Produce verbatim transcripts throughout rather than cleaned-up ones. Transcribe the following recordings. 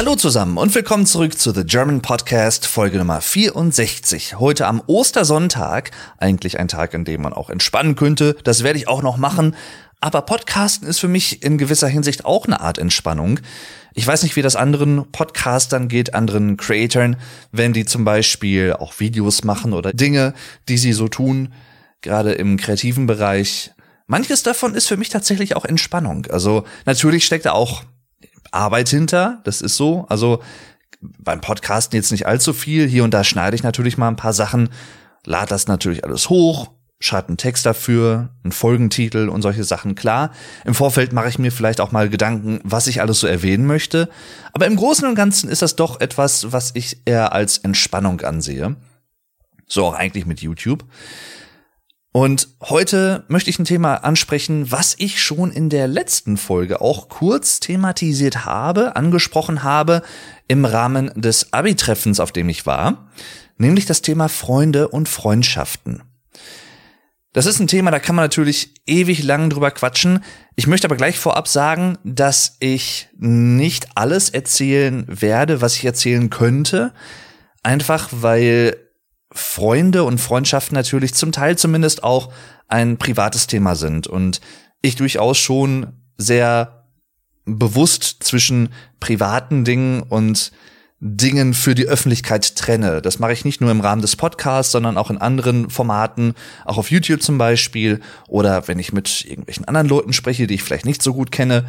Hallo zusammen und willkommen zurück zu The German Podcast, Folge Nummer vierundsechzig. Heute am Ostersonntag, eigentlich ein Tag, an dem man auch entspannen könnte, das werde ich auch noch machen. Aber Podcasten ist für mich in gewisser Hinsicht auch eine Art Entspannung. Ich weiß nicht, wie das anderen Podcastern geht, anderen Creatoren, wenn die zum Beispiel auch Videos machen oder Dinge, die sie so tun, gerade im kreativen Bereich. Manches davon ist für mich tatsächlich auch Entspannung. Also natürlich steckt da auch Arbeit hinter, das ist so. Also beim Podcasten jetzt nicht allzu viel. Hier und da schneide ich natürlich mal ein paar Sachen, lade das natürlich alles hoch, schreibe einen Text dafür, einen Folgentitel und solche Sachen. Klar, im Vorfeld mache ich mir vielleicht auch mal Gedanken, was ich alles so erwähnen möchte. Aber im Großen und Ganzen ist das doch etwas, was ich eher als Entspannung ansehe. So auch eigentlich mit YouTube. Und heute möchte ich ein Thema ansprechen, was ich schon in der letzten Folge auch kurz thematisiert habe, angesprochen habe im Rahmen des Abi-Treffens, auf dem ich war, nämlich das Thema Freunde und Freundschaften. Das ist ein Thema, da kann man natürlich ewig lang drüber quatschen. Ich möchte aber gleich vorab sagen, dass ich nicht alles erzählen werde, was ich erzählen könnte, einfach weil Freunde und Freundschaften natürlich zum Teil zumindest auch ein privates Thema sind und ich durchaus schon sehr bewusst zwischen privaten Dingen und Dingen für die Öffentlichkeit trenne. Das mache ich nicht nur im Rahmen des Podcasts, sondern auch in anderen Formaten, auch auf YouTube zum Beispiel oder wenn ich mit irgendwelchen anderen Leuten spreche, die ich vielleicht nicht so gut kenne.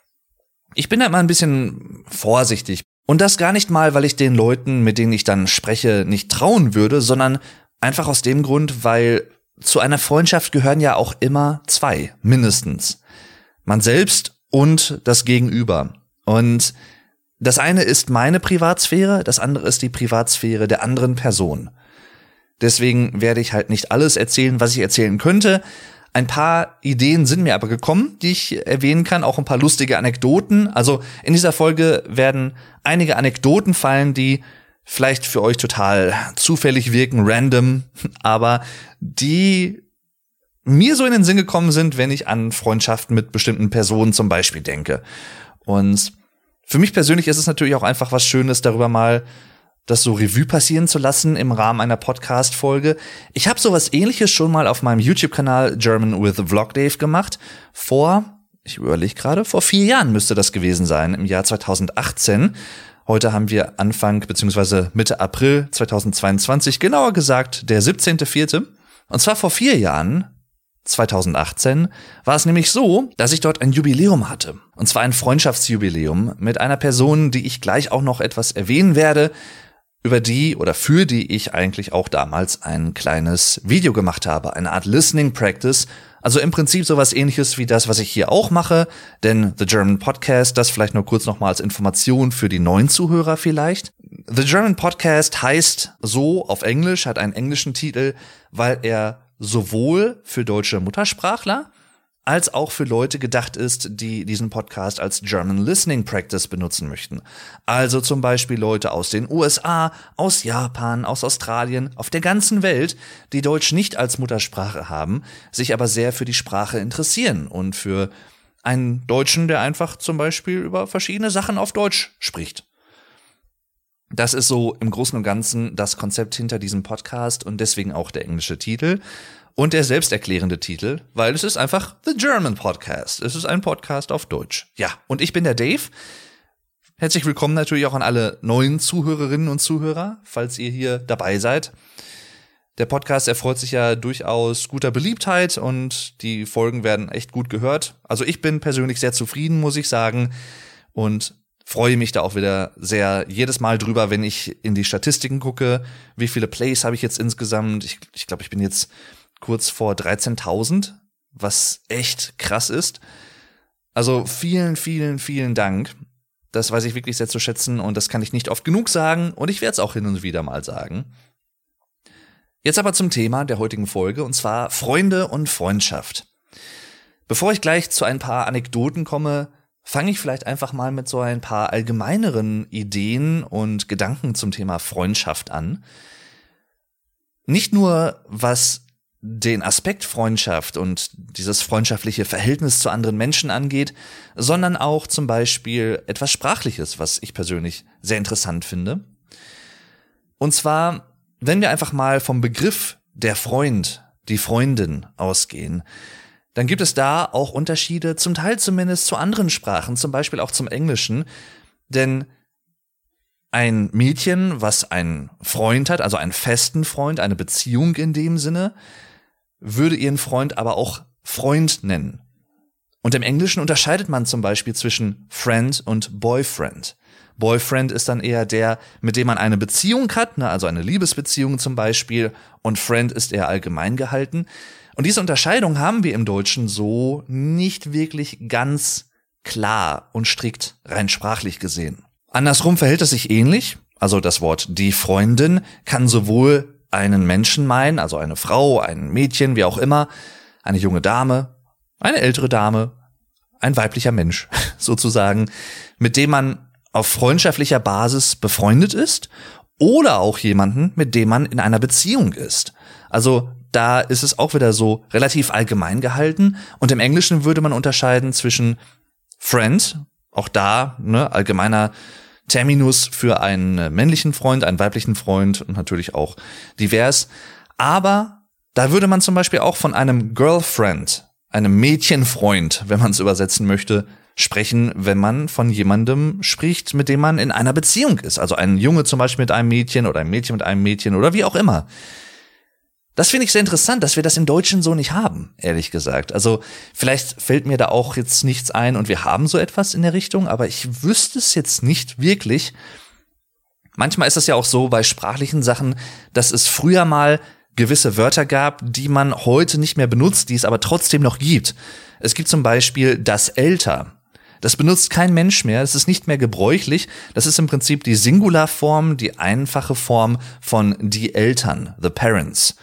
Ich bin da immer ein bisschen vorsichtig. Und das gar nicht mal, weil ich den Leuten, mit denen ich dann spreche, nicht trauen würde, sondern einfach aus dem Grund, weil zu einer Freundschaft gehören ja auch immer zwei, mindestens. Man selbst und das Gegenüber. Und das eine ist meine Privatsphäre, das andere ist die Privatsphäre der anderen Person. Deswegen werde ich halt nicht alles erzählen, was ich erzählen könnte. Ein paar Ideen sind mir aber gekommen, die ich erwähnen kann, auch ein paar lustige Anekdoten. Also in dieser Folge werden einige Anekdoten fallen, die vielleicht für euch total zufällig wirken, random, aber die mir so in den Sinn gekommen sind, wenn ich an Freundschaften mit bestimmten Personen zum Beispiel denke. Und für mich persönlich ist es natürlich auch einfach was Schönes, darüber mal das so Revue passieren zu lassen im Rahmen einer Podcast-Folge. Ich habe sowas Ähnliches schon mal auf meinem YouTube-Kanal German with Vlog Dave gemacht. Vor, ich überlege gerade, vor vier Jahren müsste das gewesen sein, im Jahr zweitausendachtzehn. Heute haben wir Anfang bzw. Mitte April zweitausendzweiundzwanzig, genauer gesagt der siebzehnter vierte Und zwar vor vier Jahren, zweitausendachtzehn, war es nämlich so, dass ich dort ein Jubiläum hatte. Und zwar ein Freundschaftsjubiläum mit einer Person, die ich gleich auch noch etwas erwähnen werde, über die oder für die ich eigentlich auch damals ein kleines Video gemacht habe, eine Art Listening Practice, also im Prinzip sowas Ähnliches wie das, was ich hier auch mache, denn The German Podcast, das vielleicht nur kurz nochmal als Information für die neuen Zuhörer vielleicht. The German Podcast heißt so auf Englisch, hat einen englischen Titel, weil er sowohl für deutsche Muttersprachler als auch für Leute gedacht ist, die diesen Podcast als German Listening Practice benutzen möchten. Also zum Beispiel Leute aus den U S A, aus Japan, aus Australien, auf der ganzen Welt, die Deutsch nicht als Muttersprache haben, sich aber sehr für die Sprache interessieren und für einen Deutschen, der einfach zum Beispiel über verschiedene Sachen auf Deutsch spricht. Das ist so im Großen und Ganzen das Konzept hinter diesem Podcast und deswegen auch der englische Titel. Und der selbsterklärende Titel, weil es ist einfach The German Podcast. Es ist ein Podcast auf Deutsch. Ja, und ich bin der Dave. Herzlich willkommen natürlich auch an alle neuen Zuhörerinnen und Zuhörer, falls ihr hier dabei seid. Der Podcast erfreut sich ja durchaus guter Beliebtheit und die Folgen werden echt gut gehört. Also ich bin persönlich sehr zufrieden, muss ich sagen, und freue mich da auch wieder sehr jedes Mal drüber, wenn ich in die Statistiken gucke. Wie viele Plays habe ich jetzt insgesamt? Ich, ich glaube, ich bin jetzt kurz vor dreizehntausend, was echt krass ist. Also vielen, vielen, vielen Dank. Das weiß ich wirklich sehr zu schätzen und das kann ich nicht oft genug sagen und ich werde es auch hin und wieder mal sagen. Jetzt aber zum Thema der heutigen Folge und zwar Freunde und Freundschaft. Bevor ich gleich zu ein paar Anekdoten komme, fange ich vielleicht einfach mal mit so ein paar allgemeineren Ideen und Gedanken zum Thema Freundschaft an. Nicht nur was den Aspekt Freundschaft und dieses freundschaftliche Verhältnis zu anderen Menschen angeht, sondern auch zum Beispiel etwas Sprachliches, was ich persönlich sehr interessant finde. Und zwar, wenn wir einfach mal vom Begriff der Freund, die Freundin ausgehen, dann gibt es da auch Unterschiede, zum Teil zumindest zu anderen Sprachen, zum Beispiel auch zum Englischen, denn ein Mädchen, was einen Freund hat, also einen festen Freund, eine Beziehung in dem Sinne, würde ihren Freund aber auch Freund nennen. Und im Englischen unterscheidet man zum Beispiel zwischen Friend und Boyfriend. Boyfriend ist dann eher der, mit dem man eine Beziehung hat, ne, also eine Liebesbeziehung zum Beispiel, und Friend ist eher allgemein gehalten. Und diese Unterscheidung haben wir im Deutschen so nicht wirklich ganz klar und strikt rein sprachlich gesehen. Andersrum verhält es sich ähnlich. Also das Wort die Freundin kann sowohl einen Menschen meinen, also eine Frau, ein Mädchen, wie auch immer, eine junge Dame, eine ältere Dame, ein weiblicher Mensch sozusagen, mit dem man auf freundschaftlicher Basis befreundet ist, oder auch jemanden, mit dem man in einer Beziehung ist. Also da ist es auch wieder so relativ allgemein gehalten, und im Englischen würde man unterscheiden zwischen Friend, auch da, ne, allgemeiner Terminus für einen männlichen Freund, einen weiblichen Freund und natürlich auch divers. Aber da würde man zum Beispiel auch von einem Girlfriend, einem Mädchenfreund, wenn man es übersetzen möchte, sprechen, wenn man von jemandem spricht, mit dem man in einer Beziehung ist. Also ein Junge zum Beispiel mit einem Mädchen oder ein Mädchen mit einem Mädchen oder wie auch immer. Das finde ich sehr interessant, dass wir das im Deutschen so nicht haben, ehrlich gesagt. Also vielleicht fällt mir da auch jetzt nichts ein und wir haben so etwas in der Richtung, aber ich wüsste es jetzt nicht wirklich. Manchmal ist es ja auch so bei sprachlichen Sachen, dass es früher mal gewisse Wörter gab, die man heute nicht mehr benutzt, die es aber trotzdem noch gibt. Es gibt zum Beispiel das Älter. Das benutzt kein Mensch mehr, es ist nicht mehr gebräuchlich. Das ist im Prinzip die Singularform, die einfache Form von die Eltern, the parents.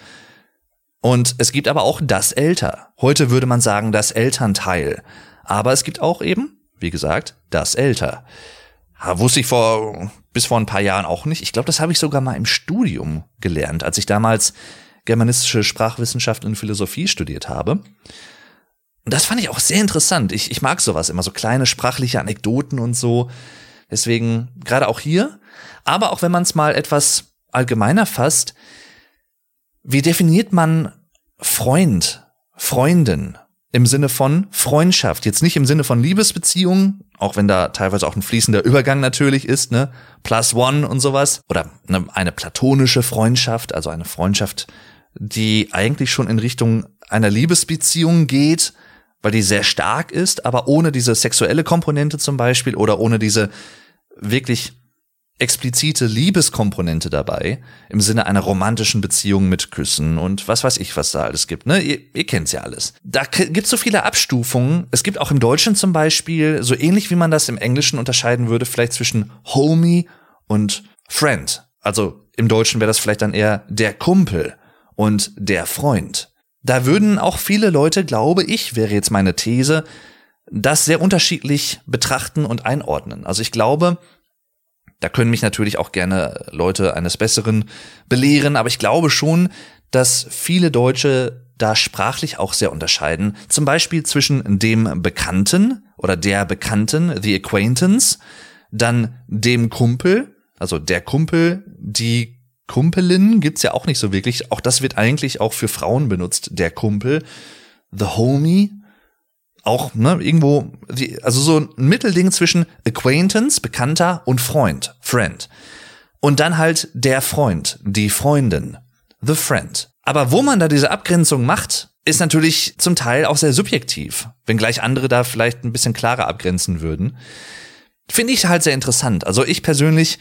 Und es gibt aber auch das Älter. Heute würde man sagen das Elternteil. Aber es gibt auch eben, wie gesagt, das Älter. Ja, wusste ich vor bis vor ein paar Jahren auch nicht. Ich glaube, das habe ich sogar mal im Studium gelernt, als ich damals germanistische Sprachwissenschaft und Philosophie studiert habe. Und das fand ich auch sehr interessant. Ich, ich mag sowas immer, so kleine sprachliche Anekdoten und so. Deswegen gerade auch hier. Aber auch wenn man es mal etwas allgemeiner fasst, wie definiert man Freund, Freundin im Sinne von Freundschaft? Jetzt nicht im Sinne von Liebesbeziehungen, auch wenn da teilweise auch ein fließender Übergang natürlich ist, ne? Plus one und sowas. Oder eine, eine platonische Freundschaft, also eine Freundschaft, die eigentlich schon in Richtung einer Liebesbeziehung geht, weil die sehr stark ist, aber ohne diese sexuelle Komponente zum Beispiel oder ohne diese wirklich explizite Liebeskomponente dabei, im Sinne einer romantischen Beziehung mit Küssen und was weiß ich, was da alles gibt. Ne? Ihr, ihr kennt's ja alles. Da gibt's so viele Abstufungen. Es gibt auch im Deutschen zum Beispiel, so ähnlich wie man das im Englischen unterscheiden würde, vielleicht zwischen Homie und Friend. Also im Deutschen wäre das vielleicht dann eher der Kumpel und der Freund. Da würden auch viele Leute, glaube ich, wäre jetzt meine These, das sehr unterschiedlich betrachten und einordnen. Also ich glaube, da können mich natürlich auch gerne Leute eines Besseren belehren, aber ich glaube schon, dass viele Deutsche da sprachlich auch sehr unterscheiden. Zum Beispiel zwischen dem Bekannten oder der Bekannten, the acquaintance, dann dem Kumpel, also der Kumpel, die Kumpelin gibt's ja auch nicht so wirklich. Auch das wird eigentlich auch für Frauen benutzt, der Kumpel, the homie. Auch, ne, irgendwo, also so ein Mittelding zwischen Acquaintance, Bekannter und Freund, Friend. Und dann halt der Freund, die Freundin, the friend. Aber wo man da diese Abgrenzung macht, ist natürlich zum Teil auch sehr subjektiv, wenngleich andere da vielleicht ein bisschen klarer abgrenzen würden. Finde ich halt sehr interessant. Also ich persönlich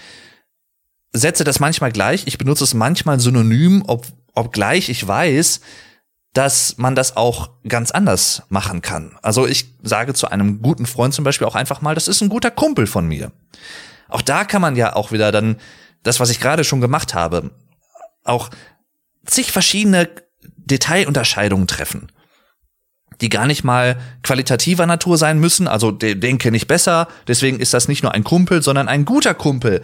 setze das manchmal gleich, ich benutze es manchmal synonym, ob, obgleich ich weiß, dass man das auch ganz anders machen kann. Also ich sage zu einem guten Freund zum Beispiel auch einfach mal, das ist ein guter Kumpel von mir. Auch da kann man ja auch wieder dann, das, was ich gerade schon gemacht habe, auch zig verschiedene Detailunterscheidungen treffen, die gar nicht mal qualitativer Natur sein müssen. Also den, den kenne ich besser, deswegen ist das nicht nur ein Kumpel, sondern ein guter Kumpel.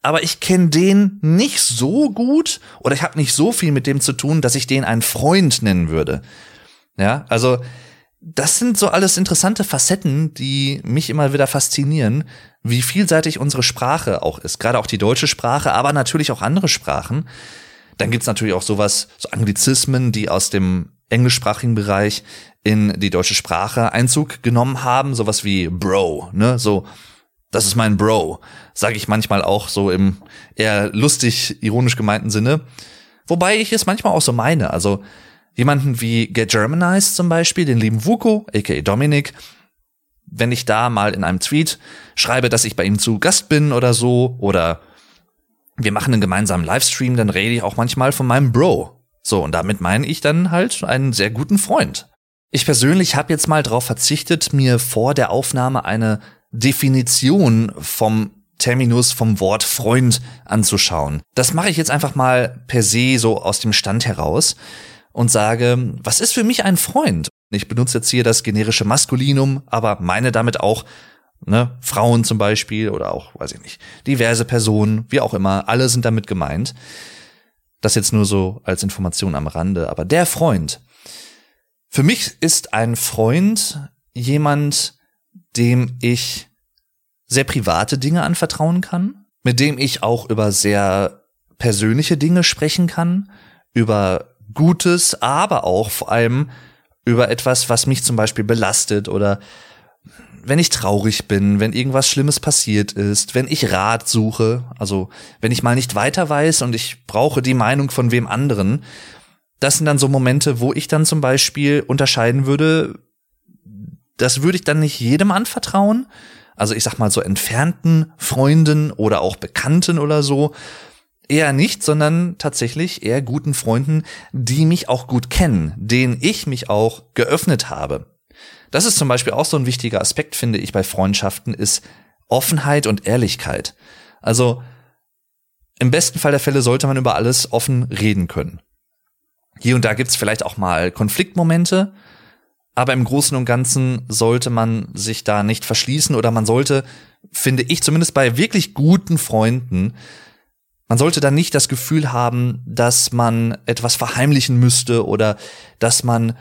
aber ich kenne den nicht so gut oder ich habe nicht so viel mit dem zu tun, dass ich den einen Freund nennen würde. Ja, also das sind so alles interessante Facetten, die mich immer wieder faszinieren, wie vielseitig unsere Sprache auch ist. Gerade auch die deutsche Sprache, aber natürlich auch andere Sprachen. Dann gibt's natürlich auch sowas, so Anglizismen, die aus dem englischsprachigen Bereich in die deutsche Sprache Einzug genommen haben. Sowas wie Bro, ne, so, das ist mein Bro, sage ich manchmal auch so im eher lustig, ironisch gemeinten Sinne. Wobei ich es manchmal auch so meine, also jemanden wie Get Germanized zum Beispiel, den lieben Vuko, aka Dominik, wenn ich da mal in einem Tweet schreibe, dass ich bei ihm zu Gast bin oder so, oder wir machen einen gemeinsamen Livestream, dann rede ich auch manchmal von meinem Bro. So, und damit meine ich dann halt einen sehr guten Freund. Ich persönlich habe jetzt mal darauf verzichtet, mir vor der Aufnahme eine Definition vom Terminus, vom Wort Freund anzuschauen. Das mache ich jetzt einfach mal per se so aus dem Stand heraus und sage, was ist für mich ein Freund? Ich benutze jetzt hier das generische Maskulinum, aber meine damit auch, ne, Frauen zum Beispiel oder auch, weiß ich nicht, diverse Personen, wie auch immer, alle sind damit gemeint. Das jetzt nur so als Information am Rande, aber der Freund. Für mich ist ein Freund jemand, dem ich sehr private Dinge anvertrauen kann, mit dem ich auch über sehr persönliche Dinge sprechen kann, über Gutes, aber auch vor allem über etwas, was mich zum Beispiel belastet oder wenn ich traurig bin, wenn irgendwas Schlimmes passiert ist, wenn ich Rat suche, also wenn ich mal nicht weiter weiß und ich brauche die Meinung von wem anderen. Das sind dann so Momente, wo ich dann zum Beispiel unterscheiden würde, das würde ich dann nicht jedem anvertrauen, also ich sag mal so entfernten Freunden oder auch Bekannten oder so, eher nicht, sondern tatsächlich eher guten Freunden, die mich auch gut kennen, denen ich mich auch geöffnet habe. Das ist zum Beispiel auch so ein wichtiger Aspekt, finde ich, bei Freundschaften, ist Offenheit und Ehrlichkeit. Also im besten Fall der Fälle sollte man über alles offen reden können. Hier und da gibt's vielleicht auch mal Konfliktmomente, aber im Großen und Ganzen sollte man sich da nicht verschließen oder man sollte, finde ich, zumindest bei wirklich guten Freunden, man sollte dann nicht das Gefühl haben, dass man etwas verheimlichen müsste oder dass man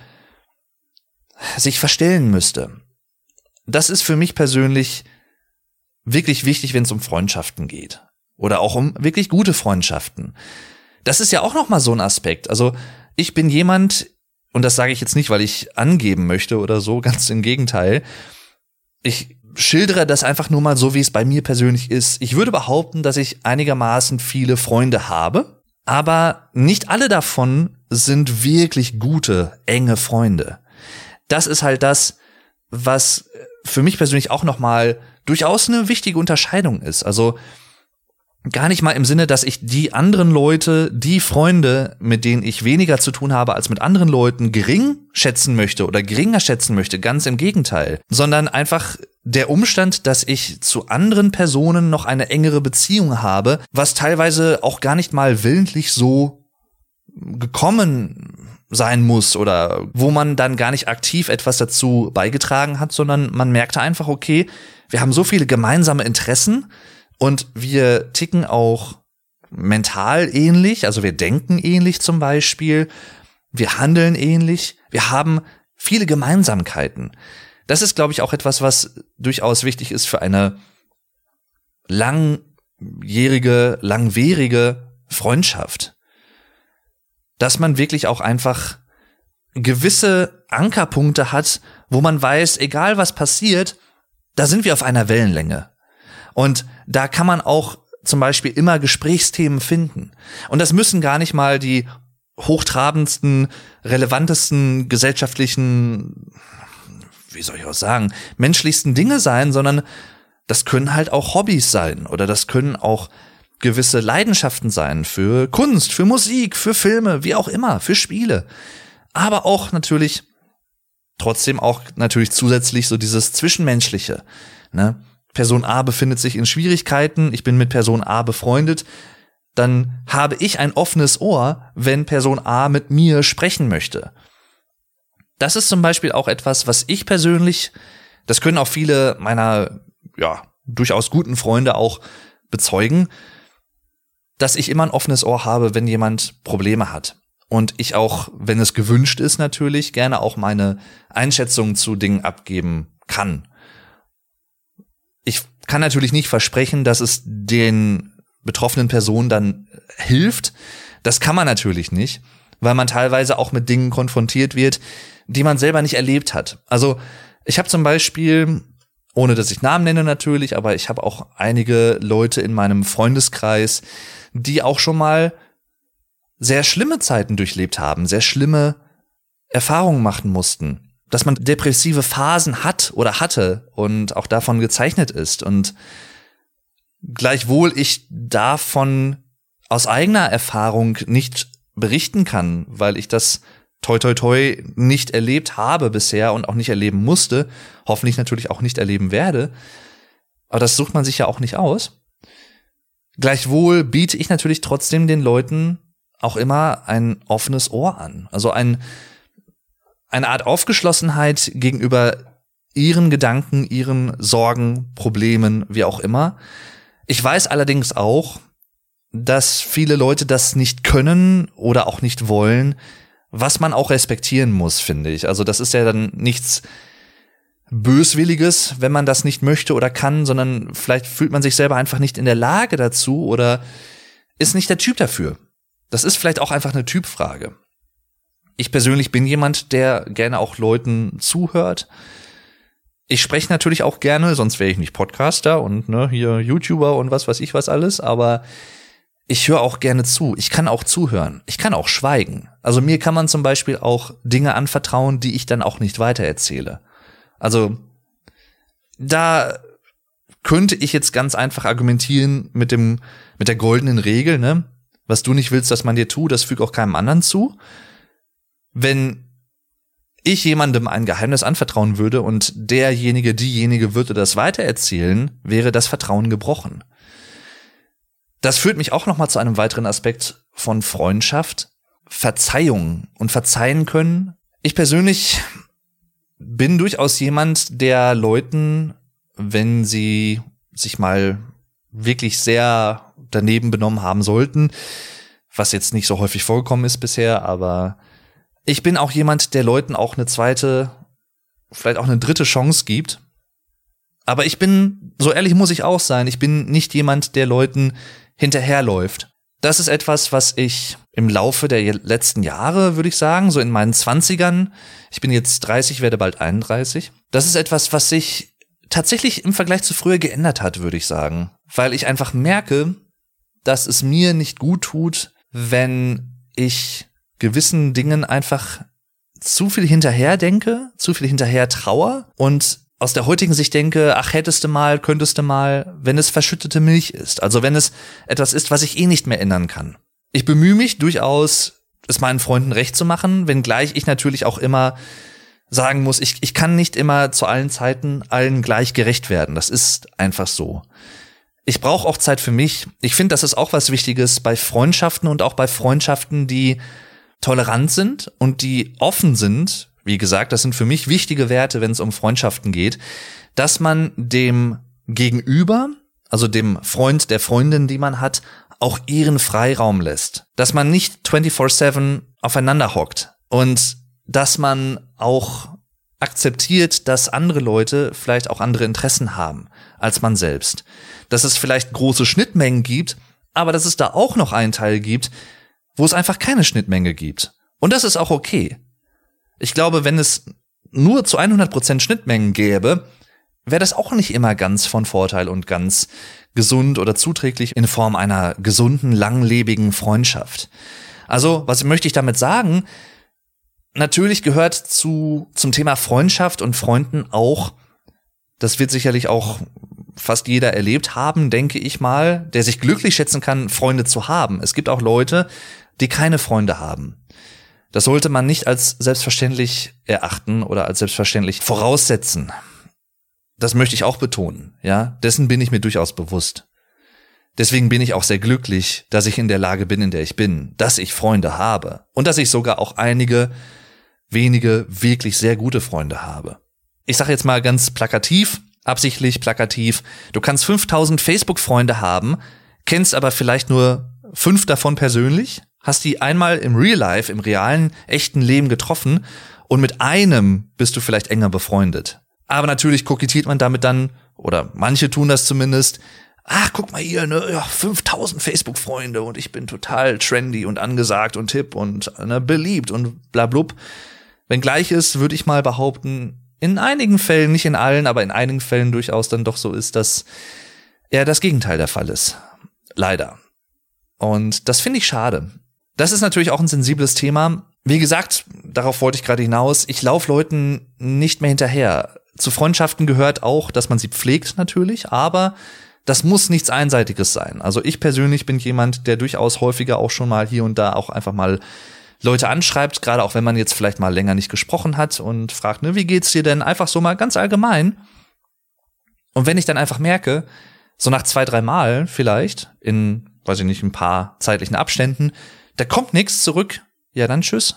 sich verstellen müsste. Das ist für mich persönlich wirklich wichtig, wenn es um Freundschaften geht. Oder auch um wirklich gute Freundschaften. Das ist ja auch noch mal so ein Aspekt. Also ich bin jemand, und das sage ich jetzt nicht, weil ich angeben möchte oder so, ganz im Gegenteil. Ich schildere das einfach nur mal so, wie es bei mir persönlich ist. Ich würde behaupten, dass ich einigermaßen viele Freunde habe, aber nicht alle davon sind wirklich gute, enge Freunde. Das ist halt das, was für mich persönlich auch noch mal durchaus eine wichtige Unterscheidung ist. Also gar nicht mal im Sinne, dass ich die anderen Leute, die Freunde, mit denen ich weniger zu tun habe als mit anderen Leuten, gering schätzen möchte oder geringer schätzen möchte, ganz im Gegenteil, sondern einfach der Umstand, dass ich zu anderen Personen noch eine engere Beziehung habe, was teilweise auch gar nicht mal willentlich so gekommen sein muss oder wo man dann gar nicht aktiv etwas dazu beigetragen hat, sondern man merkte einfach, okay, wir haben so viele gemeinsame Interessen und wir ticken auch mental ähnlich, also wir denken ähnlich zum Beispiel, wir handeln ähnlich, wir haben viele Gemeinsamkeiten. Das ist, glaube ich, auch etwas, was durchaus wichtig ist für eine langjährige, langwierige Freundschaft. Dass man wirklich auch einfach gewisse Ankerpunkte hat, wo man weiß, egal was passiert, da sind wir auf einer Wellenlänge. Und da kann man auch zum Beispiel immer Gesprächsthemen finden. Und das müssen gar nicht mal die hochtrabendsten, relevantesten gesellschaftlichen, wie soll ich auch sagen, menschlichsten Dinge sein, sondern das können halt auch Hobbys sein oder das können auch gewisse Leidenschaften sein für Kunst, für Musik, für Filme, wie auch immer, für Spiele. Aber auch natürlich, trotzdem auch natürlich zusätzlich so dieses Zwischenmenschliche, ne? Person A befindet sich in Schwierigkeiten, ich bin mit Person A befreundet, dann habe ich ein offenes Ohr, wenn Person A mit mir sprechen möchte. Das ist zum Beispiel auch etwas, was ich persönlich, das können auch viele meiner, ja, durchaus guten Freunde auch bezeugen, dass ich immer ein offenes Ohr habe, wenn jemand Probleme hat. Und ich auch, wenn es gewünscht ist natürlich, gerne auch meine Einschätzung zu Dingen abgeben kann. Ich kann natürlich nicht versprechen, dass es den betroffenen Personen dann hilft. Das kann man natürlich nicht, weil man teilweise auch mit Dingen konfrontiert wird, die man selber nicht erlebt hat. Also ich habe zum Beispiel, ohne dass ich Namen nenne natürlich, aber ich habe auch einige Leute in meinem Freundeskreis, die auch schon mal sehr schlimme Zeiten durchlebt haben, sehr schlimme Erfahrungen machen mussten, dass man depressive Phasen hat oder hatte und auch davon gezeichnet ist. Und gleichwohl ich davon aus eigener Erfahrung nicht berichten kann, weil ich das toi toi toi nicht erlebt habe bisher und auch nicht erleben musste, hoffentlich natürlich auch nicht erleben werde. Aber das sucht man sich ja auch nicht aus. Gleichwohl biete ich natürlich trotzdem den Leuten auch immer ein offenes Ohr an. Also ein, eine Art Aufgeschlossenheit gegenüber ihren Gedanken, ihren Sorgen, Problemen, wie auch immer. Ich weiß allerdings auch, dass viele Leute das nicht können oder auch nicht wollen, was man auch respektieren muss, finde ich. Also das ist ja dann nichts Böswilliges, wenn man das nicht möchte oder kann, sondern vielleicht fühlt man sich selber einfach nicht in der Lage dazu oder ist nicht der Typ dafür. Das ist vielleicht auch einfach eine Typfrage. Ich persönlich bin jemand, der gerne auch Leuten zuhört. Ich spreche natürlich auch gerne, sonst wäre ich nicht Podcaster und ne, hier YouTuber und was weiß ich was alles, aber ich höre auch gerne zu. Ich kann auch zuhören. Ich kann auch schweigen. Also mir kann man zum Beispiel auch Dinge anvertrauen, die ich dann auch nicht weitererzähle. Also da könnte ich jetzt ganz einfach argumentieren mit dem mit der goldenen Regel, ne? Was du nicht willst, dass man dir tut, das füg auch keinem anderen zu. Wenn ich jemandem ein Geheimnis anvertrauen würde und derjenige, diejenige würde das weitererzählen, wäre das Vertrauen gebrochen. Das führt mich auch noch mal zu einem weiteren Aspekt von Freundschaft. Verzeihung und verzeihen können. Ich persönlich bin durchaus jemand, der Leuten, wenn sie sich mal wirklich sehr daneben benommen haben sollten, was jetzt nicht so häufig vorgekommen ist bisher, aber ich bin auch jemand, der Leuten auch eine zweite, vielleicht auch eine dritte Chance gibt. Aber ich bin, so ehrlich muss ich auch sein, ich bin nicht jemand, der Leuten hinterherläuft. Das ist etwas, was ich im Laufe der letzten Jahre, würde ich sagen, so in meinen Zwanzigern, ich bin jetzt dreißig, werde bald einunddreißig, das ist etwas, was sich tatsächlich im Vergleich zu früher geändert hat, würde ich sagen. Weil ich einfach merke, dass es mir nicht gut tut, wenn ich gewissen Dingen einfach zu viel hinterher denke, zu viel hinterher traue und aus der heutigen Sicht denke, ach, hättest du mal, könntest du mal, wenn es verschüttete Milch ist. Also wenn es etwas ist, was ich eh nicht mehr ändern kann. Ich bemühe mich durchaus, es meinen Freunden recht zu machen, wenngleich ich natürlich auch immer sagen muss, ich, ich kann nicht immer zu allen Zeiten allen gleich gerecht werden. Das ist einfach so. Ich brauche auch Zeit für mich. Ich finde, das ist auch was Wichtiges bei Freundschaften und auch bei Freundschaften, die tolerant sind und die offen sind. Wie gesagt, das sind für mich wichtige Werte, wenn es um Freundschaften geht, dass man dem Gegenüber, also dem Freund, der Freundin, die man hat, auch ihren Freiraum lässt. Dass man nicht vierundzwanzig sieben aufeinander hockt und dass man auch akzeptiert, dass andere Leute vielleicht auch andere Interessen haben als man selbst. Dass es vielleicht große Schnittmengen gibt, aber dass es da auch noch einen Teil gibt, wo es einfach keine Schnittmenge gibt. Und das ist auch okay. Ich glaube, wenn es nur zu hundert Prozent Schnittmengen gäbe, wäre das auch nicht immer ganz von Vorteil und ganz gesund oder zuträglich in Form einer gesunden, langlebigen Freundschaft. Also, was möchte ich damit sagen? Natürlich gehört zu zum Thema Freundschaft und Freunden auch, das wird sicherlich auch fast jeder erlebt haben, denke ich mal, der sich glücklich schätzen kann, Freunde zu haben. Es gibt auch Leute, die keine Freunde haben. Das sollte man nicht als selbstverständlich erachten oder als selbstverständlich voraussetzen. Das möchte ich auch betonen, ja. Dessen bin ich mir durchaus bewusst. Deswegen bin ich auch sehr glücklich, dass ich in der Lage bin, in der ich bin, dass ich Freunde habe und dass ich sogar auch einige wenige wirklich sehr gute Freunde habe. Ich sage jetzt mal ganz plakativ, absichtlich plakativ, du kannst fünftausend Facebook-Freunde haben, kennst aber vielleicht nur fünf davon persönlich, hast die einmal im Real Life, im realen, echten Leben getroffen und mit einem bist du vielleicht enger befreundet. Aber natürlich kokettiert man damit dann, oder manche tun das zumindest, ach, guck mal hier, ne, ja, fünftausend Facebook-Freunde und ich bin total trendy und angesagt und hip und ne, beliebt und blablub. Wenngleich es, würde ich mal behaupten, in einigen Fällen, nicht in allen, aber in einigen Fällen durchaus dann doch so ist, dass eher das Gegenteil der Fall ist. Leider. Und das finde ich schade. Das ist natürlich auch ein sensibles Thema. Wie gesagt, darauf wollte ich gerade hinaus, ich laufe Leuten nicht mehr hinterher. Zu Freundschaften gehört auch, dass man sie pflegt natürlich, aber das muss nichts Einseitiges sein. Also ich persönlich bin jemand, der durchaus häufiger auch schon mal hier und da auch einfach mal Leute anschreibt, gerade auch wenn man jetzt vielleicht mal länger nicht gesprochen hat und fragt, ne, wie geht's dir denn? Einfach so mal ganz allgemein. Und wenn ich dann einfach merke, so nach zwei, drei Mal vielleicht, in, weiß ich nicht, ein paar zeitlichen Abständen, da kommt nichts zurück, ja dann tschüss.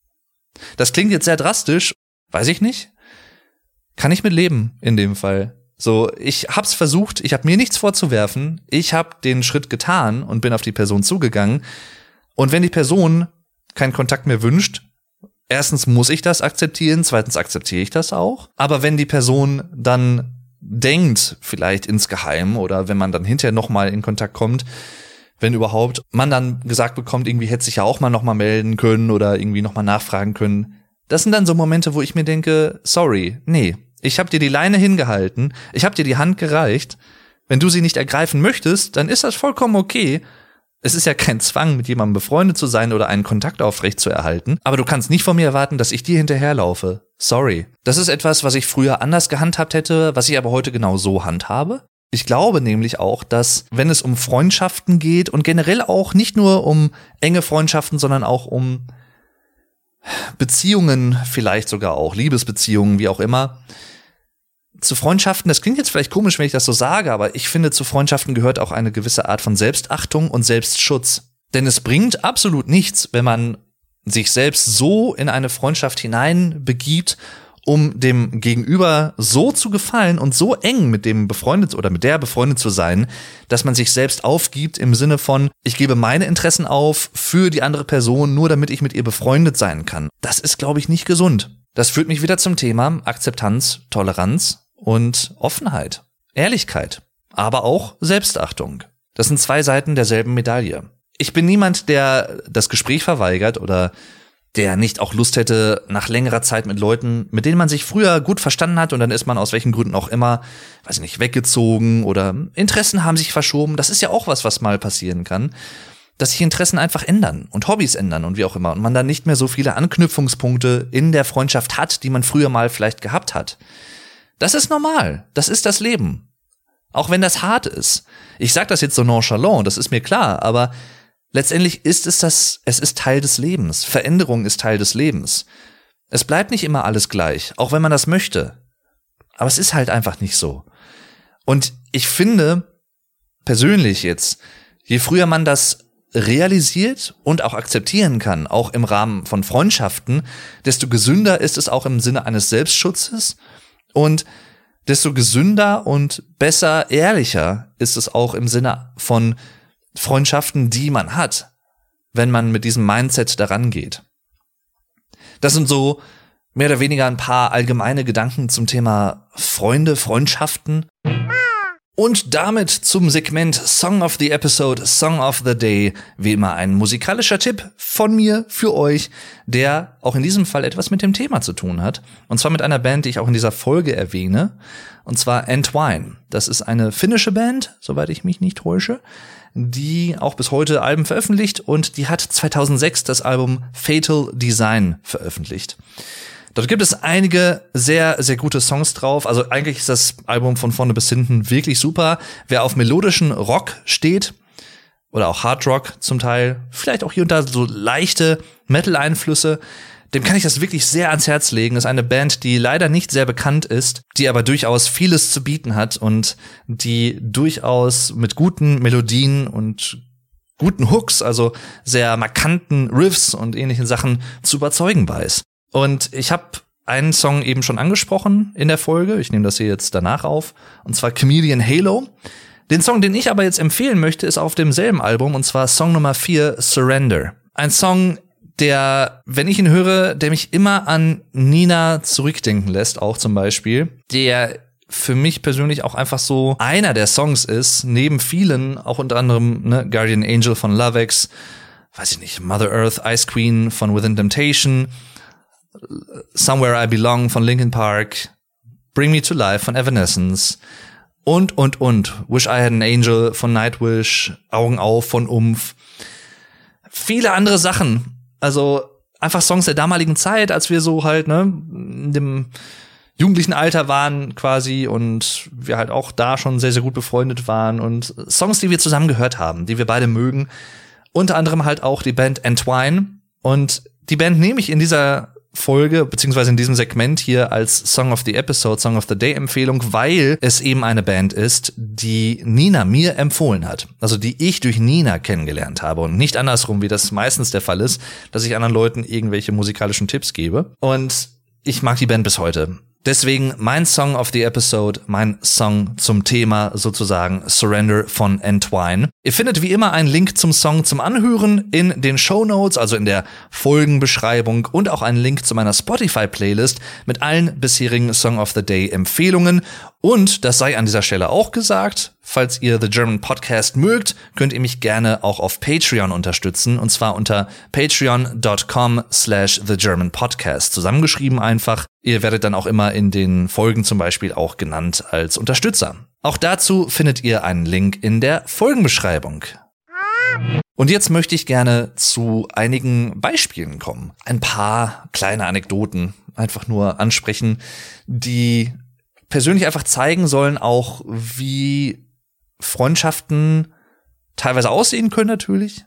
Das klingt jetzt sehr drastisch, weiß ich nicht. Kann ich mit leben in dem Fall. So, ich hab's versucht, ich hab mir nichts vorzuwerfen, ich hab den Schritt getan und bin auf die Person zugegangen. Und wenn die Person keinen Kontakt mehr wünscht, erstens muss ich das akzeptieren, zweitens akzeptiere ich das auch. Aber wenn die Person dann denkt, vielleicht insgeheim oder wenn man dann hinterher nochmal in Kontakt kommt, wenn überhaupt, man dann gesagt bekommt, irgendwie hätte sich ja auch mal nochmal melden können oder irgendwie nochmal nachfragen können. Das sind dann so Momente, wo ich mir denke, sorry, nee, ich habe dir die Leine hingehalten, ich habe dir die Hand gereicht. Wenn du sie nicht ergreifen möchtest, dann ist das vollkommen okay. Es ist ja kein Zwang, mit jemandem befreundet zu sein oder einen Kontakt aufrecht zu erhalten. Aber du kannst nicht von mir erwarten, dass ich dir hinterherlaufe. Sorry. Das ist etwas, was ich früher anders gehandhabt hätte, was ich aber heute genau so handhabe. Ich glaube nämlich auch, dass, wenn es um Freundschaften geht und generell auch nicht nur um enge Freundschaften, sondern auch um Beziehungen, vielleicht sogar auch Liebesbeziehungen, wie auch immer, zu Freundschaften, das klingt jetzt vielleicht komisch, wenn ich das so sage, aber ich finde, zu Freundschaften gehört auch eine gewisse Art von Selbstachtung und Selbstschutz. Denn es bringt absolut nichts, wenn man sich selbst so in eine Freundschaft hineinbegibt, um dem Gegenüber so zu gefallen und so eng mit dem befreundet oder mit der befreundet zu sein, dass man sich selbst aufgibt im Sinne von, ich gebe meine Interessen auf für die andere Person, nur damit ich mit ihr befreundet sein kann. Das ist, glaube ich, nicht gesund. Das führt mich wieder zum Thema Akzeptanz, Toleranz und Offenheit, Ehrlichkeit, aber auch Selbstachtung. Das sind zwei Seiten derselben Medaille. Ich bin niemand, der das Gespräch verweigert oder der nicht auch Lust hätte, nach längerer Zeit mit Leuten, mit denen man sich früher gut verstanden hat und dann ist man aus welchen Gründen auch immer, weiß ich nicht, weggezogen oder Interessen haben sich verschoben. Das ist ja auch was, was mal passieren kann, dass sich Interessen einfach ändern und Hobbys ändern und wie auch immer und man dann nicht mehr so viele Anknüpfungspunkte in der Freundschaft hat, die man früher mal vielleicht gehabt hat. Das ist normal. Das ist das Leben. Auch wenn das hart ist. Ich sag das jetzt so nonchalant, das ist mir klar, aber letztendlich ist es das, es ist Teil des Lebens. Veränderung ist Teil des Lebens. Es bleibt nicht immer alles gleich, auch wenn man das möchte. Aber es ist halt einfach nicht so. Und ich finde, persönlich jetzt, je früher man das realisiert und auch akzeptieren kann, auch im Rahmen von Freundschaften, desto gesünder ist es auch im Sinne eines Selbstschutzes. Und desto gesünder und besser, ehrlicher ist es auch im Sinne von Freundschaften, die man hat, wenn man mit diesem Mindset daran geht. Das sind so mehr oder weniger ein paar allgemeine Gedanken zum Thema Freunde, Freundschaften. Und damit zum Segment Song of the Episode, Song of the Day. Wie immer ein musikalischer Tipp von mir für euch, der auch in diesem Fall etwas mit dem Thema zu tun hat. Und zwar mit einer Band, die ich auch in dieser Folge erwähne. Und zwar Entwine. Das ist eine finnische Band, soweit ich mich nicht täusche, die auch bis heute Alben veröffentlicht. Und die hat zweitausendsechs das Album Fatal Design veröffentlicht. Dort gibt es einige sehr, sehr gute Songs drauf. Also eigentlich ist das Album von vorne bis hinten wirklich super. Wer auf melodischen Rock steht, oder auch Hard Rock zum Teil, vielleicht auch hier und da so leichte Metal-Einflüsse, dem kann ich das wirklich sehr ans Herz legen. Das ist eine Band, die leider nicht sehr bekannt ist, die aber durchaus vieles zu bieten hat und die durchaus mit guten Melodien und guten Hooks, also sehr markanten Riffs und ähnlichen Sachen zu überzeugen weiß. Und ich habe einen Song eben schon angesprochen in der Folge. Ich nehme das hier jetzt danach auf. Und zwar Chameleon Halo. Den Song, den ich aber jetzt empfehlen möchte, ist auf demselben Album, und zwar Song Nummer vier, Surrender. Ein Song, der, wenn ich ihn höre, der mich immer an Nina zurückdenken lässt, auch zum Beispiel, der für mich persönlich auch einfach so einer der Songs ist, neben vielen, auch unter anderem ne, Guardian Angel von Lovex, weiß ich nicht, Mother Earth, Ice Queen von Within Temptation, Somewhere I Belong von Linkin Park, Bring Me to Life von Evanescence und, und, und. Wish I Had an Angel von Nightwish, Augen auf von Umf. Viele andere Sachen. Also einfach Songs der damaligen Zeit, als wir so halt ne in dem jugendlichen Alter waren quasi und wir halt auch da schon sehr, sehr gut befreundet waren und Songs, die wir zusammen gehört haben, die wir beide mögen. Unter anderem halt auch die Band Entwine. Und die Band nehme ich in dieser Folge, beziehungsweise in diesem Segment hier als Song of the Episode, Song of the Day Empfehlung, weil es eben eine Band ist, die Nina mir empfohlen hat. Also die ich durch Nina kennengelernt habe und nicht andersrum, wie das meistens der Fall ist, dass ich anderen Leuten irgendwelche musikalischen Tipps gebe. Und ich mag die Band bis heute. Deswegen mein Song of the Episode, mein Song zum Thema sozusagen Surrender von Entwine. Ihr findet wie immer einen Link zum Song zum Anhören in den Shownotes, also in der Folgenbeschreibung und auch einen Link zu meiner Spotify-Playlist mit allen bisherigen Song of the Day Empfehlungen. Und das sei an dieser Stelle auch gesagt, falls ihr The German Podcast mögt, könnt ihr mich gerne auch auf Patreon unterstützen, und zwar unter patreon.com slash The German Podcast. Zusammengeschrieben einfach. Ihr werdet dann auch immer in den Folgen zum Beispiel auch genannt als Unterstützer. Auch dazu findet ihr einen Link in der Folgenbeschreibung. Und jetzt möchte ich gerne zu einigen Beispielen kommen. Ein paar kleine Anekdoten einfach nur ansprechen, die persönlich einfach zeigen sollen auch, wie Freundschaften teilweise aussehen können natürlich.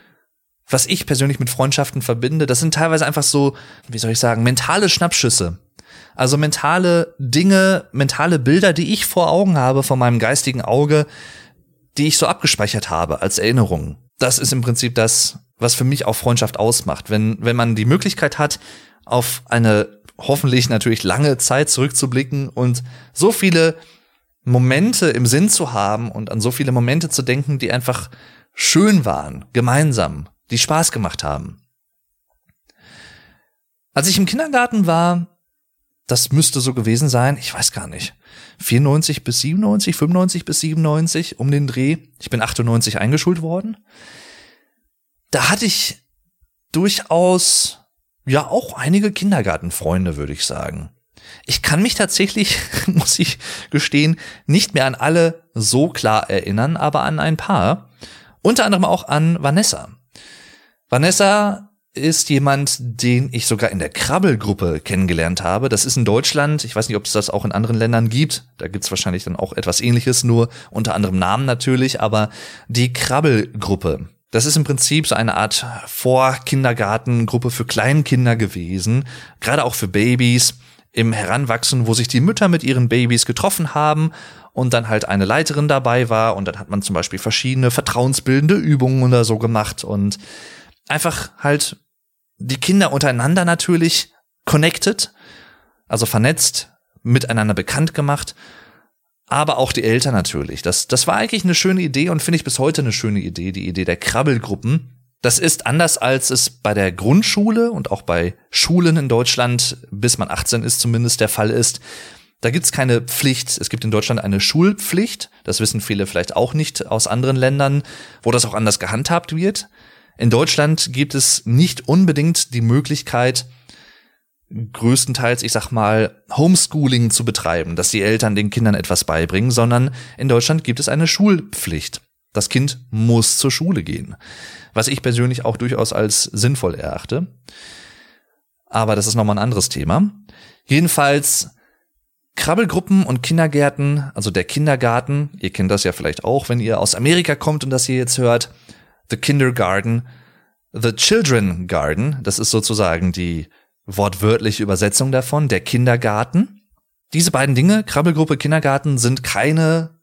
Was ich persönlich mit Freundschaften verbinde, das sind teilweise einfach so, wie soll ich sagen, mentale Schnappschüsse. Also mentale Dinge, mentale Bilder, die ich vor Augen habe von meinem geistigen Auge, die ich so abgespeichert habe als Erinnerung. Das ist im Prinzip das, was für mich auch Freundschaft ausmacht. Wenn, wenn man die Möglichkeit hat, auf eine hoffentlich natürlich lange Zeit zurückzublicken und so viele Momente im Sinn zu haben und an so viele Momente zu denken, die einfach schön waren, gemeinsam, die Spaß gemacht haben. Als ich im Kindergarten war, das müsste so gewesen sein, ich weiß gar nicht, vierundneunzig bis siebenundneunzig, fünfundneunzig bis siebenundneunzig, um den Dreh. Ich bin achtundneunzig eingeschult worden. Da hatte ich durchaus ja auch einige Kindergartenfreunde, würde ich sagen. Ich kann mich tatsächlich, muss ich gestehen, nicht mehr an alle so klar erinnern, aber an ein paar. Unter anderem auch an Vanessa. Vanessa ist jemand, den ich sogar in der Krabbelgruppe kennengelernt habe. Das ist in Deutschland, ich weiß nicht, ob es das auch in anderen Ländern gibt. Da gibt's wahrscheinlich dann auch etwas Ähnliches, nur unter anderem Namen natürlich. Aber die Krabbelgruppe, das ist im Prinzip so eine Art Vorkindergartengruppe für Kleinkinder gewesen. Gerade auch für Babys im Heranwachsen, wo sich die Mütter mit ihren Babys getroffen haben und dann halt eine Leiterin dabei war. Und dann hat man zum Beispiel verschiedene vertrauensbildende Übungen oder so gemacht und einfach halt die Kinder untereinander natürlich connected, also vernetzt, miteinander bekannt gemacht, aber auch die Eltern natürlich. Das, das war eigentlich eine schöne Idee und finde ich bis heute eine schöne Idee, die Idee der Krabbelgruppen. Das ist anders, als es bei der Grundschule und auch bei Schulen in Deutschland, bis man achtzehn ist zumindest, der Fall ist. Da gibt's keine Pflicht. Es gibt in Deutschland eine Schulpflicht. Das wissen viele vielleicht auch nicht aus anderen Ländern, wo das auch anders gehandhabt wird. In Deutschland gibt es nicht unbedingt die Möglichkeit, größtenteils, ich sag mal, Homeschooling zu betreiben, dass die Eltern den Kindern etwas beibringen, sondern in Deutschland gibt es eine Schulpflicht. Das Kind muss zur Schule gehen, was ich persönlich auch durchaus als sinnvoll erachte. Aber das ist nochmal ein anderes Thema. Jedenfalls Krabbelgruppen und Kindergärten, also der Kindergarten, ihr kennt das ja vielleicht auch, wenn ihr aus Amerika kommt und das hier jetzt hört, The Kindergarten, The Children Garden, das ist sozusagen die wortwörtliche Übersetzung davon, der Kindergarten. Diese beiden Dinge, Krabbelgruppe, Kindergarten, sind keine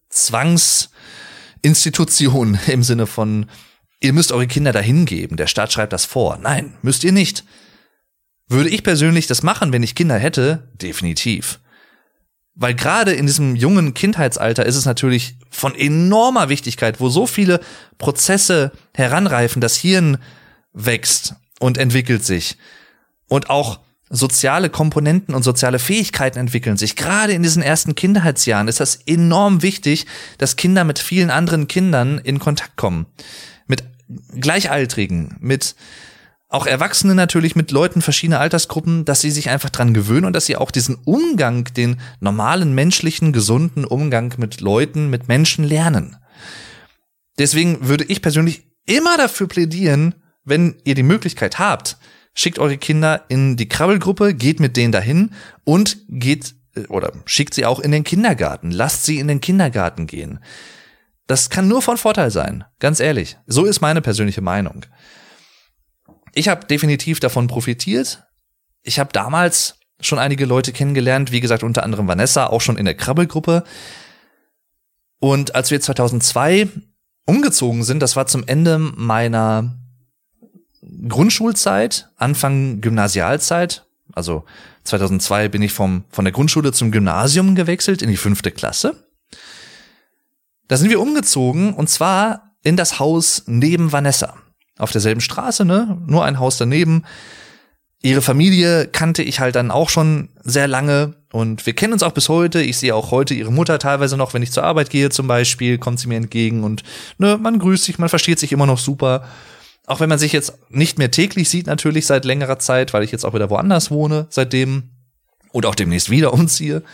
Zwangsinstitution im Sinne von, ihr müsst eure Kinder dahin geben, der Staat schreibt das vor. Nein, müsst ihr nicht. Würde ich persönlich das machen, wenn ich Kinder hätte? Definitiv. Weil gerade in diesem jungen Kindheitsalter ist es natürlich von enormer Wichtigkeit, wo so viele Prozesse heranreifen, das Hirn wächst und entwickelt sich und auch soziale Komponenten und soziale Fähigkeiten entwickeln sich. Gerade in diesen ersten Kindheitsjahren ist das enorm wichtig, dass Kinder mit vielen anderen Kindern in Kontakt kommen. Mit Gleichaltrigen, mit auch Erwachsene natürlich, mit Leuten verschiedener Altersgruppen, dass sie sich einfach dran gewöhnen und dass sie auch diesen Umgang, den normalen, menschlichen, gesunden Umgang mit Leuten, mit Menschen lernen. Deswegen würde ich persönlich immer dafür plädieren, wenn ihr die Möglichkeit habt, schickt eure Kinder in die Krabbelgruppe, geht mit denen dahin und geht oder schickt sie auch in den Kindergarten. Lasst sie in den Kindergarten gehen. Das kann nur von Vorteil sein, ganz ehrlich. So ist meine persönliche Meinung. Ich habe definitiv davon profitiert. Ich habe damals schon einige Leute kennengelernt, wie gesagt, unter anderem Vanessa, auch schon in der Krabbelgruppe. Und als wir zweitausendzwei umgezogen sind, das war zum Ende meiner Grundschulzeit, Anfang Gymnasialzeit, also zweitausendzwei bin ich vom von der Grundschule zum Gymnasium gewechselt, in die fünfte Klasse. Da sind wir umgezogen und zwar in das Haus neben Vanessa. Auf derselben Straße, ne? Nur ein Haus daneben. Ihre Familie kannte ich halt dann auch schon sehr lange und wir kennen uns auch bis heute. Ich sehe auch heute ihre Mutter teilweise noch, wenn ich zur Arbeit gehe zum Beispiel, kommt sie mir entgegen und ne, man grüßt sich, man versteht sich immer noch super. Auch wenn man sich jetzt nicht mehr täglich sieht, natürlich seit längerer Zeit, weil ich jetzt auch wieder woanders wohne seitdem und auch demnächst wieder umziehe.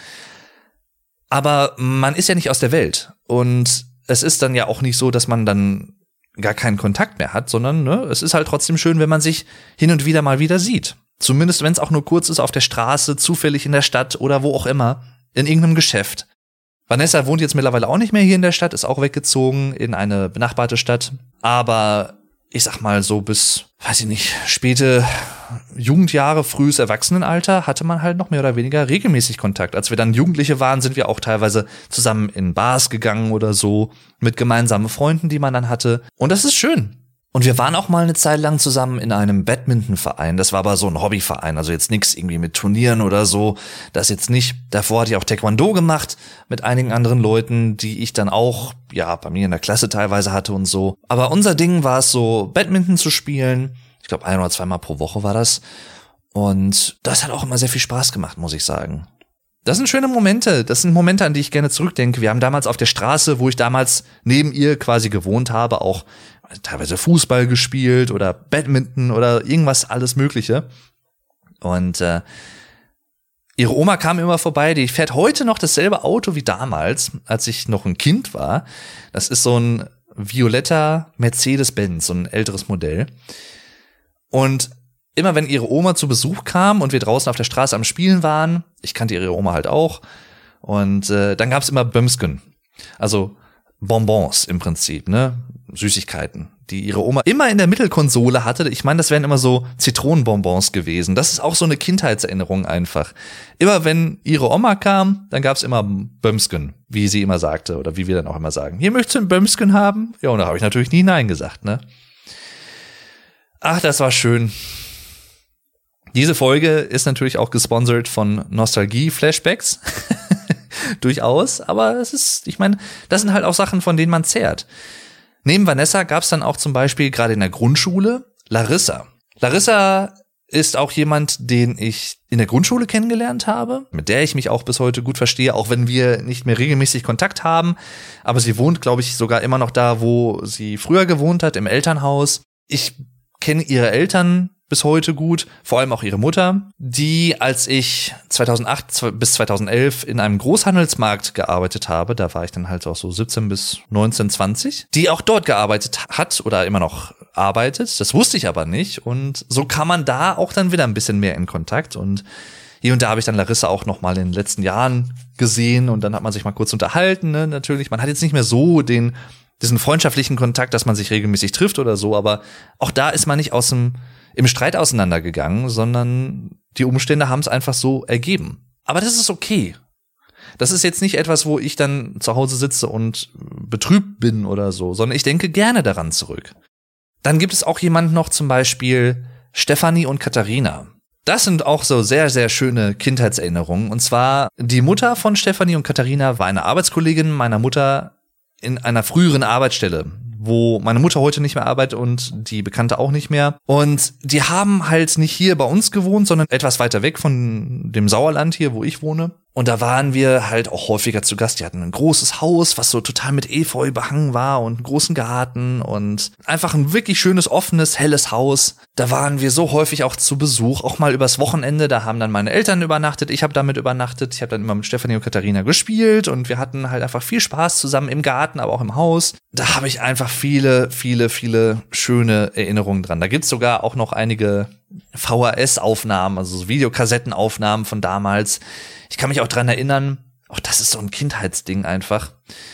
Aber man ist ja nicht aus der Welt und es ist dann ja auch nicht so, dass man dann gar keinen Kontakt mehr hat, sondern ne, es ist halt trotzdem schön, wenn man sich hin und wieder mal wieder sieht. Zumindest wenn es auch nur kurz ist auf der Straße, zufällig in der Stadt oder wo auch immer, in irgendeinem Geschäft. Vanessa wohnt jetzt mittlerweile auch nicht mehr hier in der Stadt, ist auch weggezogen in eine benachbarte Stadt. Aber ich sag mal so bis, weiß ich nicht, späte Jugendjahre, frühes Erwachsenenalter hatte man halt noch mehr oder weniger regelmäßig Kontakt. Als wir dann Jugendliche waren, sind wir auch teilweise zusammen in Bars gegangen oder so, mit gemeinsamen Freunden, die man dann hatte. Und das ist schön. Und wir waren auch mal eine Zeit lang zusammen in einem Badmintonverein. Das war aber so ein Hobbyverein, also jetzt nichts irgendwie mit Turnieren oder so. Das jetzt nicht. Davor hatte ich auch Taekwondo gemacht mit einigen anderen Leuten, die ich dann auch, ja, bei mir in der Klasse teilweise hatte und so. Aber unser Ding war es so, Badminton zu spielen. Ich glaube, ein oder zweimal pro Woche war das. Und das hat auch immer sehr viel Spaß gemacht, muss ich sagen. Das sind schöne Momente. Das sind Momente, an die ich gerne zurückdenke. Wir haben damals auf der Straße, wo ich damals neben ihr quasi gewohnt habe, auch teilweise Fußball gespielt oder Badminton oder irgendwas alles Mögliche. Und äh, ihre Oma kam immer vorbei, die fährt heute noch dasselbe Auto wie damals, als ich noch ein Kind war. Das ist so ein violetter Mercedes-Benz, so ein älteres Modell. Und immer wenn ihre Oma zu Besuch kam und wir draußen auf der Straße am Spielen waren, ich kannte ihre Oma halt auch, und äh, dann gab's immer Bömsken, also Bonbons im Prinzip, ne, Süßigkeiten, die ihre Oma immer in der Mittelkonsole hatte. Ich meine, das wären immer so Zitronenbonbons gewesen. Das ist auch so eine Kindheitserinnerung einfach. Immer wenn ihre Oma kam, dann gab's immer Bömsken, wie sie immer sagte oder wie wir dann auch immer sagen. Hier möchtest du ein Bömsken haben? Ja, und da habe ich natürlich nie Nein gesagt, ne. Ach, das war schön. Diese Folge ist natürlich auch gesponsert von Nostalgie-Flashbacks. Durchaus, aber es ist, ich meine, das sind halt auch Sachen, von denen man zehrt. Neben Vanessa gab es dann auch zum Beispiel gerade in der Grundschule Larissa. Larissa ist auch jemand, den ich in der Grundschule kennengelernt habe, mit der ich mich auch bis heute gut verstehe, auch wenn wir nicht mehr regelmäßig Kontakt haben. Aber sie wohnt, glaube ich, sogar immer noch da, wo sie früher gewohnt hat, im Elternhaus. Ich kenne ihre Eltern bis heute gut, vor allem auch ihre Mutter, die, als ich zweitausendacht bis zweitausendelf in einem Großhandelsmarkt gearbeitet habe, da war ich dann halt auch so siebzehn bis neunzehn, zwanzig, die auch dort gearbeitet hat oder immer noch arbeitet. Das wusste ich aber nicht und so kam man da auch dann wieder ein bisschen mehr in Kontakt und hier und da habe ich dann Larissa auch noch mal in den letzten Jahren gesehen und dann hat man sich mal kurz unterhalten, ne? Natürlich, man hat jetzt nicht mehr so den diesen freundschaftlichen Kontakt, dass man sich regelmäßig trifft oder so, aber auch da ist man nicht aus dem im Streit auseinandergegangen, sondern die Umstände haben es einfach so ergeben. Aber das ist okay. Das ist jetzt nicht etwas, wo ich dann zu Hause sitze und betrübt bin oder so, sondern ich denke gerne daran zurück. Dann gibt es auch jemanden noch, zum Beispiel Stefanie und Katharina. Das sind auch so sehr, sehr schöne Kindheitserinnerungen. Und zwar, die Mutter von Stefanie und Katharina war eine Arbeitskollegin meiner Mutter in einer früheren Arbeitsstelle, wo meine Mutter heute nicht mehr arbeitet und die Bekannte auch nicht mehr. Und die haben halt nicht hier bei uns gewohnt, sondern etwas weiter weg von dem Sauerland hier, wo ich wohne. Und da waren wir halt auch häufiger zu Gast. Die hatten ein großes Haus, was so total mit Efeu behangen war und einen großen Garten und einfach ein wirklich schönes, offenes, helles Haus. Da waren wir so häufig auch zu Besuch, auch mal übers Wochenende. Da haben dann meine Eltern übernachtet, ich habe damit übernachtet. Ich habe dann immer mit Stefanie und Katharina gespielt und wir hatten halt einfach viel Spaß zusammen im Garten, aber auch im Haus. Da habe ich einfach viele, viele, viele schöne Erinnerungen dran. Da gibt's sogar auch noch einige V H S-Aufnahmen, also so Videokassettenaufnahmen von damals. Ich kann mich auch dran erinnern, auch das ist so ein Kindheitsding einfach,